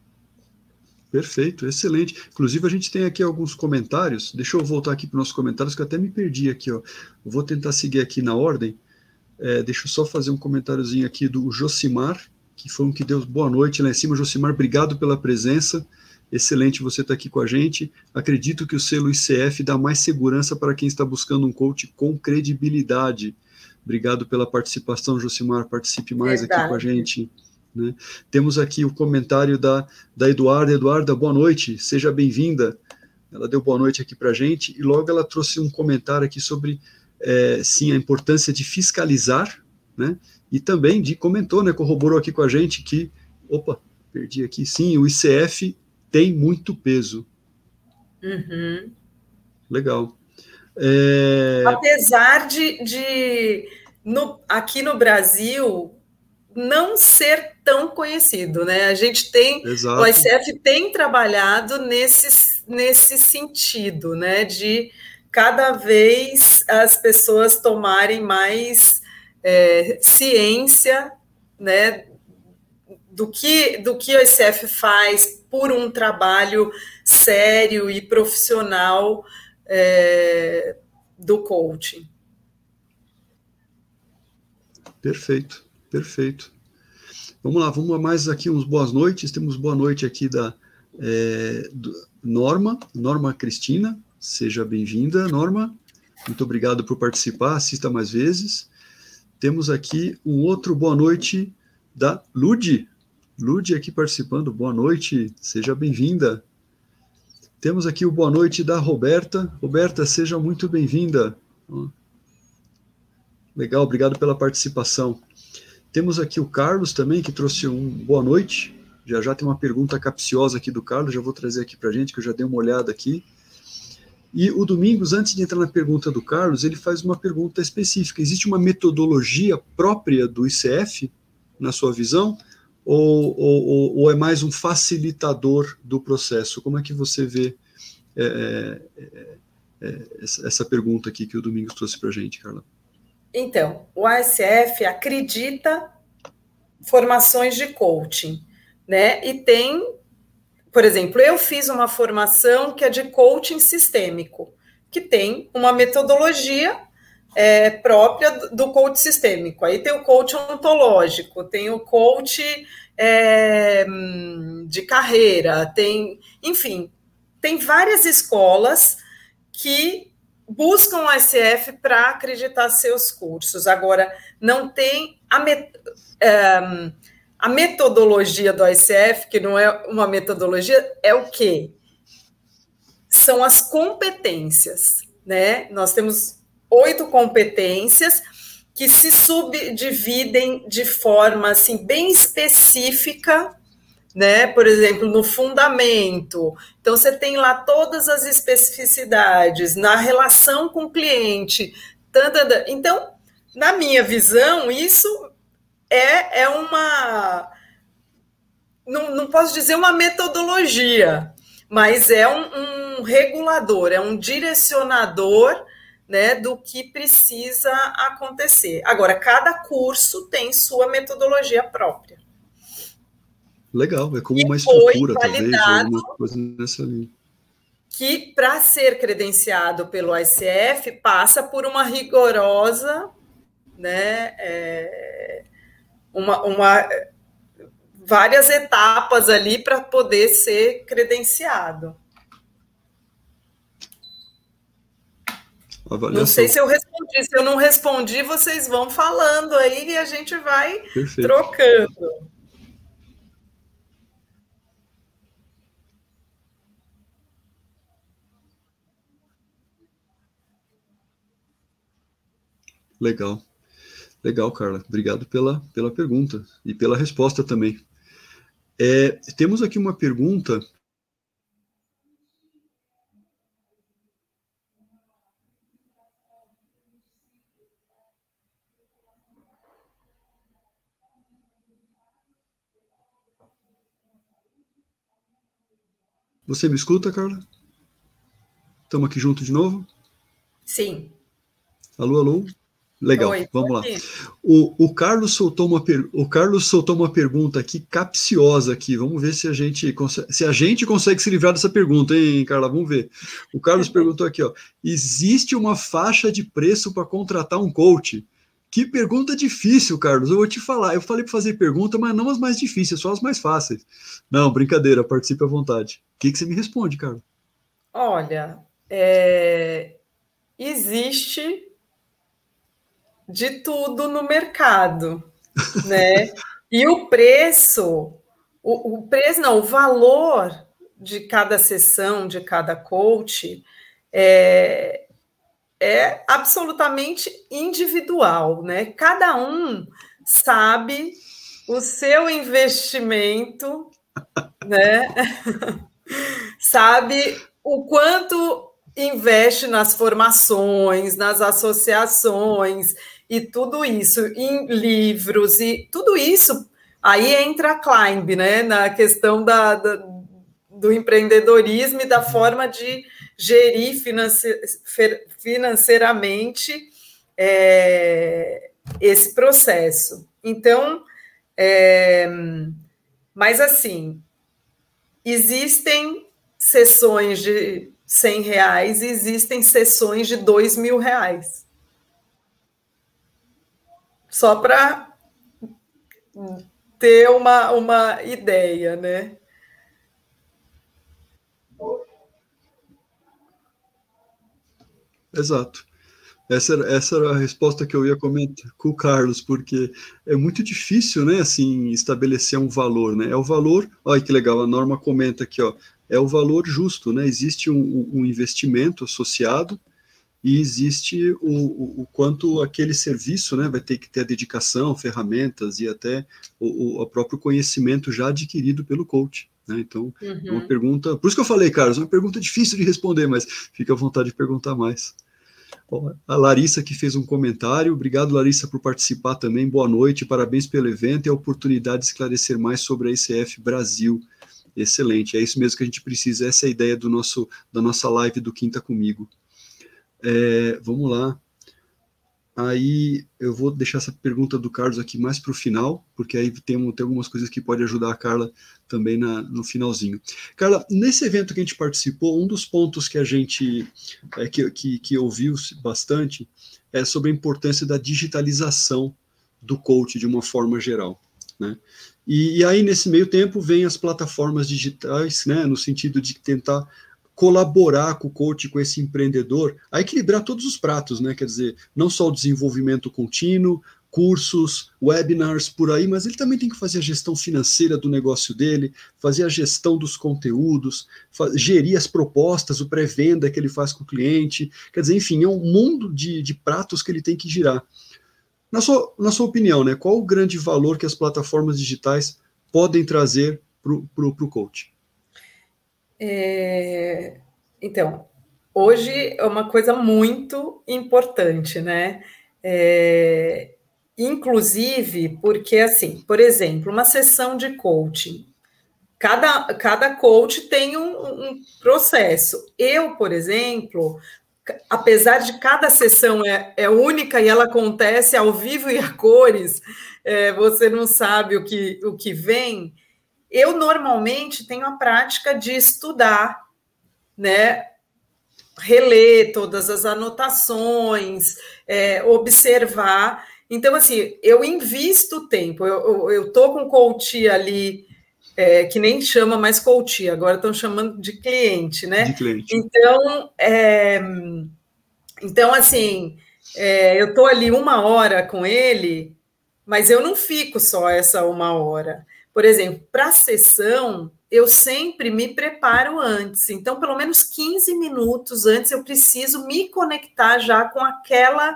[SPEAKER 1] Perfeito, excelente. Inclusive, a gente tem aqui alguns comentários. Deixa eu voltar aqui para os nossos comentários, que eu até me perdi aqui. Ó. Eu vou tentar seguir aqui na ordem. É, deixa eu só fazer um comentáriozinho aqui do Josimar, que foi um que deu boa noite lá em cima. Josimar, obrigado pela presença. Excelente você estar aqui com a gente. Acredito que o selo I C F dá mais segurança para quem está buscando um coach com credibilidade. Obrigado pela participação, Josimar. Participe mais Verdade. Aqui com a gente. Né? Temos aqui o comentário da, da Eduarda. Eduarda, boa noite, seja bem-vinda. ela deu boa noite aqui para a gente, e logo ela trouxe um comentário aqui sobre, é, sim, a importância de fiscalizar, né, e também de, comentou, né, corroborou aqui com a gente que, opa, perdi aqui, sim, o I C F tem muito peso.
[SPEAKER 2] Uhum.
[SPEAKER 1] Legal. É...
[SPEAKER 2] Apesar de, de no, aqui no Brasil, não ser tão conhecido, né? A gente tem,
[SPEAKER 1] Exato.
[SPEAKER 2] o I C F tem trabalhado nesse, nesse sentido, né? De cada vez as pessoas tomarem mais é, ciência, né? Do que, do que o I C F faz por um trabalho sério e profissional é, do coaching.
[SPEAKER 1] Perfeito, perfeito. Vamos lá, vamos a mais aqui uns boas noites. Temos boa noite aqui da é, do Norma, Norma Cristina. Seja bem-vinda, Norma. Muito obrigado por participar, assista mais vezes. Temos aqui um outro boa noite da Ludi. Ludi aqui participando, boa noite, seja bem-vinda. Temos aqui o boa noite da Roberta. Roberta, seja muito bem-vinda. Legal, obrigado pela participação. Temos aqui o Carlos também, que trouxe um boa noite. Já já tem uma pergunta capciosa aqui do Carlos, já vou trazer aqui para a gente, que eu já dei uma olhada aqui. E o Domingos, antes de entrar na pergunta do Carlos, ele faz uma pergunta específica. Existe uma metodologia própria do I C F, na sua visão? Ou, ou, ou é mais um facilitador do processo? Como é que você vê é, é, é, essa pergunta aqui que o Domingos trouxe para a gente, Carla?
[SPEAKER 2] Então, o I C F acredita formações de coaching, né? E tem, por exemplo, eu fiz uma formação que é de coaching sistêmico, que tem uma metodologia é, própria do coach sistêmico. Aí tem o coach ontológico, tem o coach é, de carreira, tem, enfim, tem várias escolas que buscam o I C F para acreditar seus cursos. Agora, não tem a, met, um, a metodologia do I C F, que não é uma metodologia, é o quê? São as competências, né? Nós temos oito competências que se subdividem de forma assim, bem específica, né? Por exemplo, no fundamento. Então, você tem lá todas as especificidades na relação com o cliente. Tantanda. Então, na minha visão, isso é, é uma... Não, não posso dizer uma metodologia, mas é um, um regulador, é um direcionador, né, do que precisa acontecer. Agora, cada curso tem sua metodologia própria.
[SPEAKER 1] Legal, é como uma estrutura, talvez, alguma coisa nessa linha.
[SPEAKER 2] Que, para ser credenciado pelo I C F, passa por uma rigorosa, né, é, uma, uma, várias etapas ali para poder ser credenciado. Avaliação. Não sei se eu respondi, se eu não respondi, vocês vão falando aí e a gente vai Perfeito. Trocando.
[SPEAKER 1] Legal. Legal, Carla. Obrigado pela, pela pergunta e pela resposta também. É, temos aqui uma pergunta. Você me escuta, Carla? Estamos aqui junto de novo?
[SPEAKER 2] Sim.
[SPEAKER 1] Alô, alô? Legal, Oi, vamos lá. O, o, Carlos soltou uma per, o Carlos soltou uma pergunta aqui capciosa aqui. Vamos ver se a gente consegue, se a gente consegue se livrar dessa pergunta, hein, Carla? Vamos ver. O Carlos perguntou aqui, ó. Existe uma faixa de preço para contratar um coach? Que pergunta difícil, Carlos. Eu vou te falar. Eu falei para fazer pergunta, mas não as mais difíceis, só as mais fáceis. Não, brincadeira. Participe à vontade. O que, que você me responde, Carlos?
[SPEAKER 2] Olha, é... existe de tudo no mercado, né? E o preço, o, o preço não, o valor de cada sessão, de cada coach, é, é absolutamente individual, né? Cada um sabe o seu investimento, né? Sabe o quanto investe nas formações, nas associações e tudo isso, em livros e tudo isso. Aí entra a Climb, né? Na questão da, da, do empreendedorismo e da forma de gerir financi financeiramente é, esse processo. Então, é, mas assim, existem sessões de cem reais e existem sessões de dois mil reais. Só para ter uma, uma ideia, né?
[SPEAKER 1] Exato. Essa era, essa era a resposta que eu ia comentar com o Carlos, porque é muito difícil, né, assim, estabelecer um valor, né? É o valor, olha que legal, a Norma comenta aqui, ó, é o valor justo, né? Existe um, um investimento associado e existe o, o, o quanto aquele serviço, né, vai ter que ter a dedicação, ferramentas e até o, o próprio conhecimento já adquirido pelo coach. Né? Então, uhum. É uma pergunta, por isso que eu falei, Carlos, é uma pergunta difícil de responder, mas fica à vontade de perguntar mais. A Larissa que fez um comentário, obrigado Larissa por participar também, boa noite, parabéns pelo evento e a oportunidade de esclarecer mais sobre a I C F Brasil, excelente, é isso mesmo que a gente precisa, essa é a ideia do nosso, da nossa live do Quinta Comigo. É, vamos lá, aí eu vou deixar essa pergunta do Carlos aqui mais para o final, porque aí tem, tem algumas coisas que podem ajudar a Carla também na, no finalzinho. Carla, nesse evento que a gente participou, um dos pontos que a gente é, que, que, que ouviu bastante é sobre a importância da digitalização do coach de uma forma geral, né? E, e aí nesse meio tempo vem as plataformas digitais, né, no sentido de tentar colaborar com o coach, com esse empreendedor, a equilibrar todos os pratos, né? Quer dizer, não só o desenvolvimento contínuo, cursos, webinars por aí, mas ele também tem que fazer a gestão financeira do negócio dele, fazer a gestão dos conteúdos, gerir as propostas, o pré-venda que ele faz com o cliente. Quer dizer, enfim, é um mundo de, de pratos que ele tem que girar. Na sua, na sua opinião, né? Qual o grande valor que as plataformas digitais podem trazer para o coach?
[SPEAKER 2] É, então, hoje é uma coisa muito importante, né? É, inclusive, porque, assim, por exemplo, uma sessão de coaching, cada, cada coach tem um, um processo. Eu, por exemplo, apesar de cada sessão é, é única e ela acontece ao vivo e a cores, é, você não sabe o que, o que vem. Eu normalmente tenho a prática de estudar, né? Reler todas as anotações, é, observar. Então, assim, eu invisto tempo. Eu estou com coach ali, é, que nem chama mais coach, agora estão chamando de cliente, né?
[SPEAKER 1] De cliente.
[SPEAKER 2] Então, é, então assim, é, eu estou ali uma hora com ele, mas eu não fico só essa uma hora. Por exemplo, para a sessão, eu sempre me preparo antes. Então, pelo menos quinze minutos antes, eu preciso me conectar já com aquela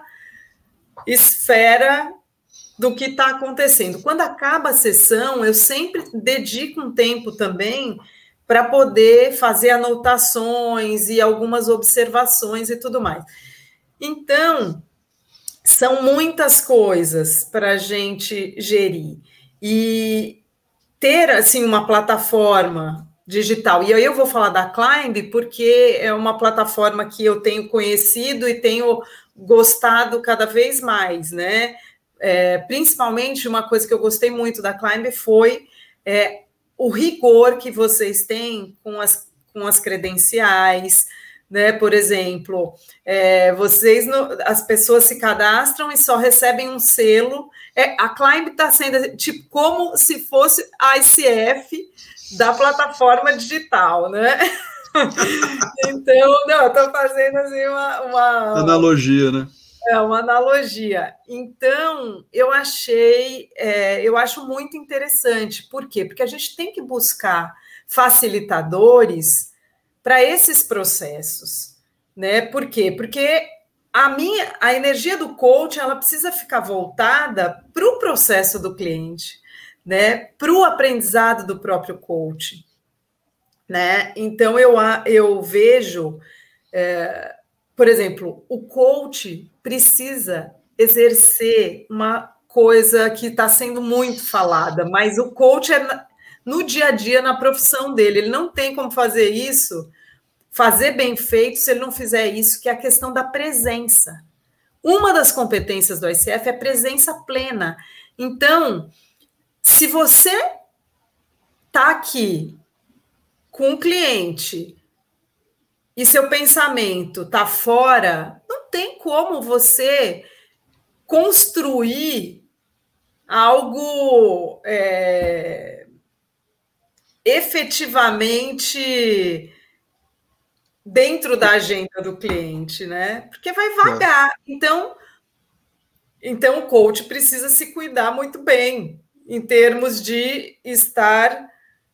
[SPEAKER 2] esfera do que está acontecendo. Quando acaba a sessão, eu sempre dedico um tempo também para poder fazer anotações e algumas observações e tudo mais. Então, são muitas coisas para a gente gerir. E ter, assim, uma plataforma digital. E aí eu vou falar da Climb porque é uma plataforma que eu tenho conhecido e tenho gostado cada vez mais, né? É, principalmente, uma coisa que eu gostei muito da Climb foi é, o rigor que vocês têm com as, com as credenciais, né? Por exemplo, é, vocês, no, as pessoas se cadastram e só recebem um selo. É, a Climb está sendo tipo como se fosse a I C F da plataforma digital, né? Então, não, eu estou fazendo assim uma, uma
[SPEAKER 1] analogia, né?
[SPEAKER 2] É uma analogia. Então, eu achei, é, eu acho muito interessante. Por quê? Porque a gente tem que buscar facilitadores para esses processos, né? Por quê? Porque a minha, a energia do coach, ela precisa ficar voltada para o processo do cliente, né? Para o aprendizado do próprio coach, né? Então eu, eu vejo, é, por exemplo, o coach precisa exercer uma coisa que está sendo muito falada, mas o coach é no dia a dia, na profissão dele, ele não tem como fazer isso, fazer bem feito, se ele não fizer isso, que é a questão da presença. Uma das competências do I C F é presença plena. Então, se você está aqui com um cliente e seu pensamento está fora, não tem como você construir algo é, efetivamente dentro da agenda do cliente, né? Porque vai vagar. Então, então o coach precisa se cuidar muito bem em termos de estar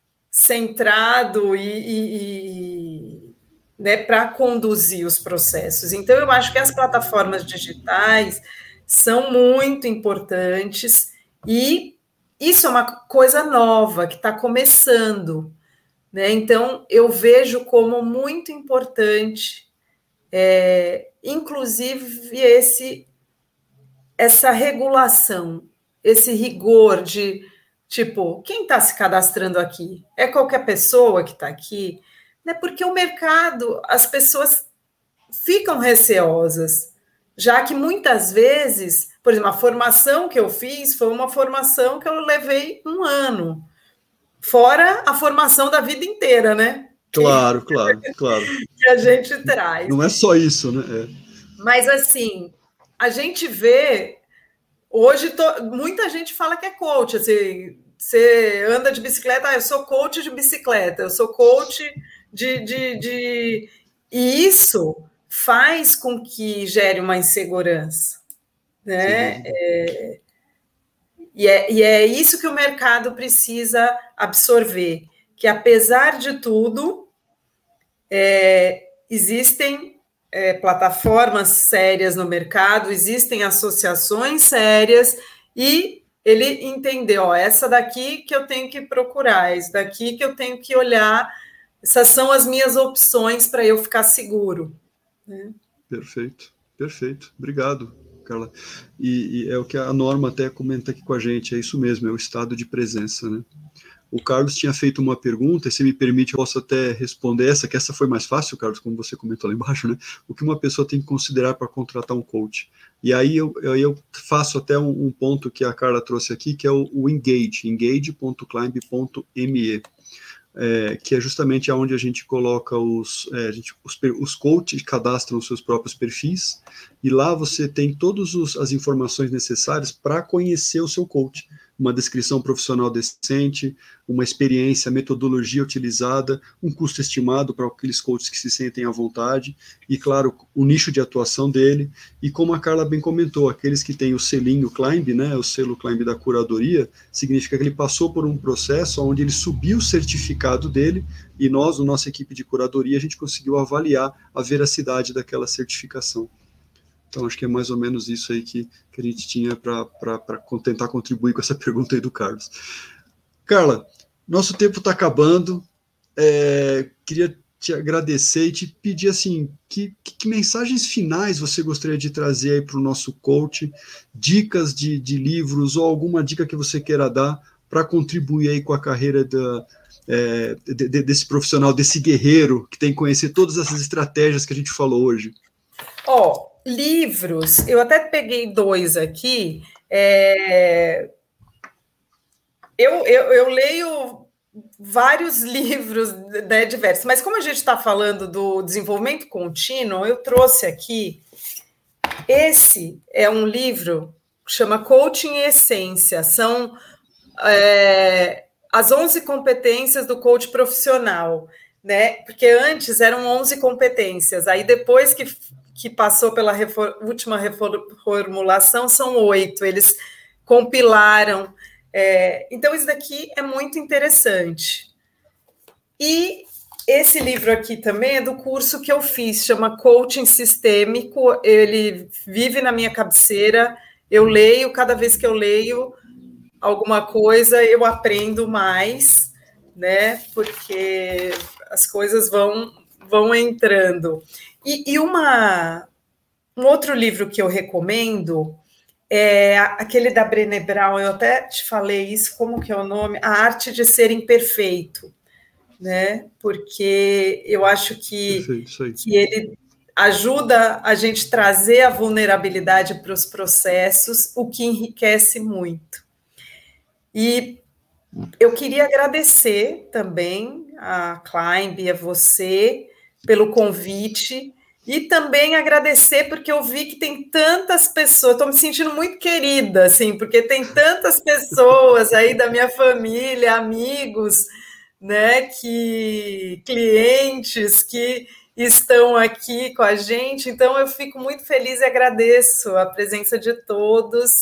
[SPEAKER 2] centrado e, e, e né, para conduzir os processos. Então, eu acho que as plataformas digitais são muito importantes e isso é uma coisa nova que está começando, né? Então, eu vejo como muito importante, é, inclusive, esse, essa regulação, esse rigor de, tipo, quem está se cadastrando aqui? É qualquer pessoa que está aqui? Né? Porque o mercado, as pessoas ficam receosas, já que muitas vezes, por exemplo, a formação que eu fiz foi uma formação que eu levei um ano, fora a formação da vida inteira, né?
[SPEAKER 1] Claro, claro, claro.
[SPEAKER 2] Que a gente traz.
[SPEAKER 1] Não é só isso, né? É.
[SPEAKER 2] Mas, assim, a gente vê... Hoje, to... muita gente fala que é coach. Assim, você anda de bicicleta, ah, eu sou coach de bicicleta, eu sou coach de... de, de... E isso faz com que gere uma insegurança, né? É... E, é, e é isso que o mercado precisa absorver, que apesar de tudo, é, existem é, plataformas sérias no mercado, existem associações sérias, e ele entendeu, ó, essa daqui que eu tenho que procurar, esse daqui que eu tenho que olhar, essas são as minhas opções para eu ficar seguro. Né?
[SPEAKER 1] Perfeito, perfeito. Obrigado, Carla. E, e é o que a Norma até comenta aqui com a gente, é isso mesmo, é o estado de presença, né? O Carlos tinha feito uma pergunta, e se me permite, eu posso até responder essa, que essa foi mais fácil, Carlos, como você comentou lá embaixo, né? O que uma pessoa tem que considerar para contratar um coach. E aí eu, eu, eu faço até um, um ponto que a Carla trouxe aqui, que é o, o Engage, engage ponto climb ponto me. É, que é justamente onde a gente coloca os, é, a gente, os, os coaches cadastram os seus próprios perfis, e lá você tem todas as informações necessárias para conhecer o seu coach, uma descrição profissional decente, uma experiência, metodologia utilizada, um custo estimado para aqueles coaches que se sentem à vontade, e claro, o nicho de atuação dele, e como a Carla bem comentou, aqueles que têm o selinho Climb, né, o selo Climb da curadoria, significa que ele passou por um processo onde ele subiu o certificado dele, e nós, na nossa equipe de curadoria, a gente conseguiu avaliar a veracidade daquela certificação. Então, acho que é mais ou menos isso aí que, que a gente tinha para tentar contribuir com essa pergunta aí do Carlos. Carla, nosso tempo está acabando, é, queria te agradecer e te pedir, assim, que, que, que mensagens finais você gostaria de trazer aí para o nosso coach, dicas de, de livros ou alguma dica que você queira dar para contribuir aí com a carreira da, é, de, de, desse profissional, desse guerreiro que tem que conhecer todas essas estratégias que a gente falou hoje.
[SPEAKER 2] Ó, oh, livros, eu até peguei dois aqui. É... Eu, eu, eu leio vários livros, né, diversos, mas como a gente está falando do desenvolvimento contínuo, eu trouxe aqui. Esse é um livro que chama Coaching em Essência. São é, as onze competências do coach profissional, né? Porque antes eram onze competências, aí depois que que passou pela refor- última reformulação, são oito, eles compilaram. É, então, isso daqui é muito interessante. E esse livro aqui também é do curso que eu fiz, chama Coaching Sistêmico, ele vive na minha cabeceira, eu leio, cada vez que eu leio alguma coisa, eu aprendo mais, né? Porque as coisas vão, vão entrando. E, e uma, um outro livro que eu recomendo é aquele da Brené Brown, eu até te falei isso, como que é o nome? A Arte de Ser Imperfeito, né? Porque eu acho que, que ele ajuda a gente trazer a vulnerabilidade para os processos, o que enriquece muito. E eu queria agradecer também a Climb e a você pelo convite e também agradecer porque eu vi que tem tantas pessoas, estou me sentindo muito querida, assim, porque tem tantas pessoas aí da minha família, amigos, né, que clientes que estão aqui com a gente, então eu fico muito feliz e agradeço a presença de todos.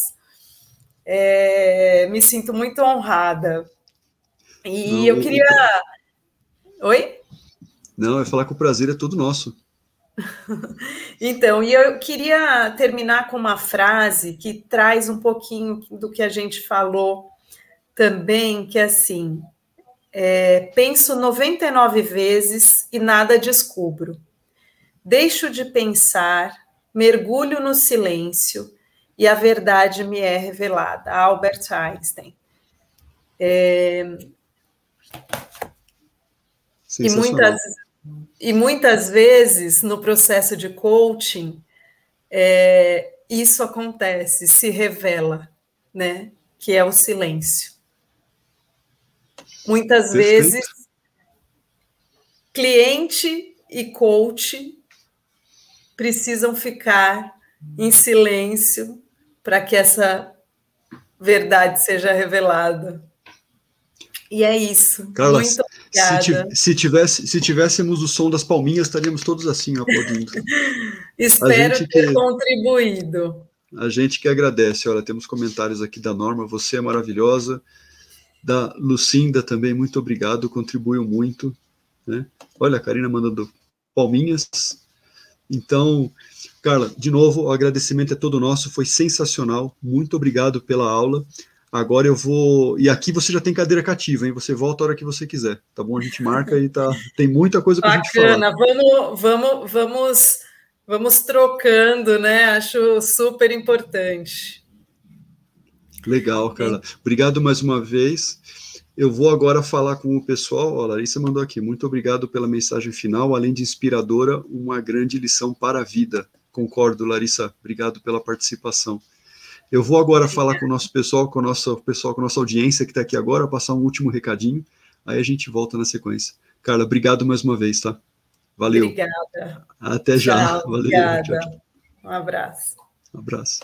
[SPEAKER 2] É, me sinto muito honrada. E Não, eu queria... O... Oi?
[SPEAKER 1] Não, é falar que o prazer é todo nosso.
[SPEAKER 2] Então, e eu queria terminar com uma frase que traz um pouquinho do que a gente falou também, que é assim, é, penso noventa e nove vezes e nada descubro. Deixo de pensar, mergulho no silêncio e a verdade me é revelada. Albert Einstein. É... E, muitas, e muitas vezes, no processo de coaching, é, isso acontece, se revela, né? Que é o silêncio. Muitas Perfeito. vezes, cliente e coach precisam ficar em silêncio para que essa verdade seja revelada. E é isso.
[SPEAKER 1] Carla,
[SPEAKER 2] muito obrigada.
[SPEAKER 1] Se, tivesse, se tivéssemos o som das palminhas, estaríamos todos assim, aplaudindo.
[SPEAKER 2] Espero ter que, contribuído.
[SPEAKER 1] A gente que agradece. Olha, temos comentários aqui da Norma, você é maravilhosa. Da Lucinda também, muito obrigado, contribuiu muito. Né? Olha, a Karina mandando palminhas. Então, Carla, de novo, o agradecimento é todo nosso, foi sensacional, muito obrigado pela aula. Agora eu vou... E aqui você já tem cadeira cativa, hein? Você volta a hora que você quiser, tá bom? A gente marca e tá... tem muita coisa para a gente falar.
[SPEAKER 2] Bacana, vamos, vamos, vamos, vamos trocando, né? Acho super importante.
[SPEAKER 1] Legal, Carla. Sim. Obrigado mais uma vez. Eu vou agora falar com o pessoal. Ó, a Larissa mandou aqui. Muito obrigado pela mensagem final. Além de inspiradora, uma grande lição para a vida. Concordo, Larissa. Obrigado pela participação. Eu vou agora falar com o nosso pessoal, com o nosso pessoal, com a nossa audiência que está aqui agora, passar um último recadinho. Aí a gente volta na sequência. Carla, obrigado mais uma vez, tá? Valeu.
[SPEAKER 2] Obrigada.
[SPEAKER 1] Até já.
[SPEAKER 2] Tchau,
[SPEAKER 1] Valeu.
[SPEAKER 2] obrigada.
[SPEAKER 1] Tchau, tchau.
[SPEAKER 2] Um abraço.
[SPEAKER 1] Um abraço.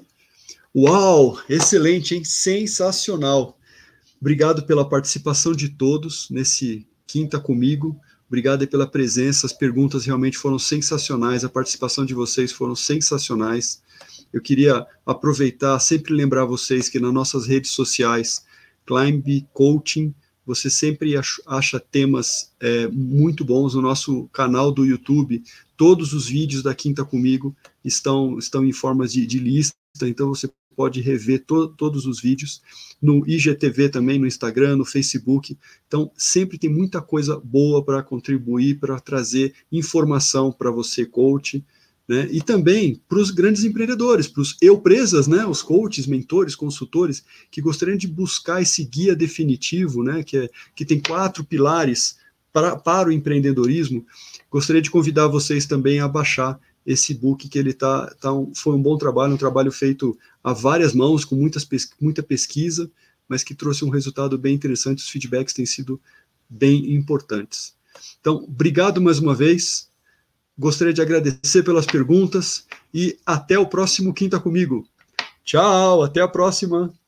[SPEAKER 1] Uau! Excelente, hein? Sensacional. Obrigado pela participação de todos nesse Quinta Comigo. Obrigado pela presença, as perguntas realmente foram sensacionais, a participação de vocês foram sensacionais. Eu queria aproveitar, sempre lembrar vocês que nas nossas redes sociais, Climb Coaching, você sempre acha temas é, muito bons no nosso canal do YouTube. Todos os vídeos da Quinta Comigo estão, estão em formas de, de lista, então você pode rever to, todos os vídeos, no I G T V também, no Instagram, no Facebook, então sempre tem muita coisa boa para contribuir, para trazer informação para você, coach, né? E também para os grandes empreendedores, para os eu-presas, né? Os coaches, mentores, consultores, que gostariam de buscar esse guia definitivo, né? que, é, que tem quatro pilares para, para o empreendedorismo. Gostaria de convidar vocês também a baixar esse book, que ele tá, tá um, foi um bom trabalho, um trabalho feito a várias mãos, com muitas, muita pesquisa, mas que trouxe um resultado bem interessante, os feedbacks têm sido bem importantes. Então, obrigado mais uma vez, gostaria de agradecer pelas perguntas, e até o próximo Quinta Comigo. Tchau, até a próxima!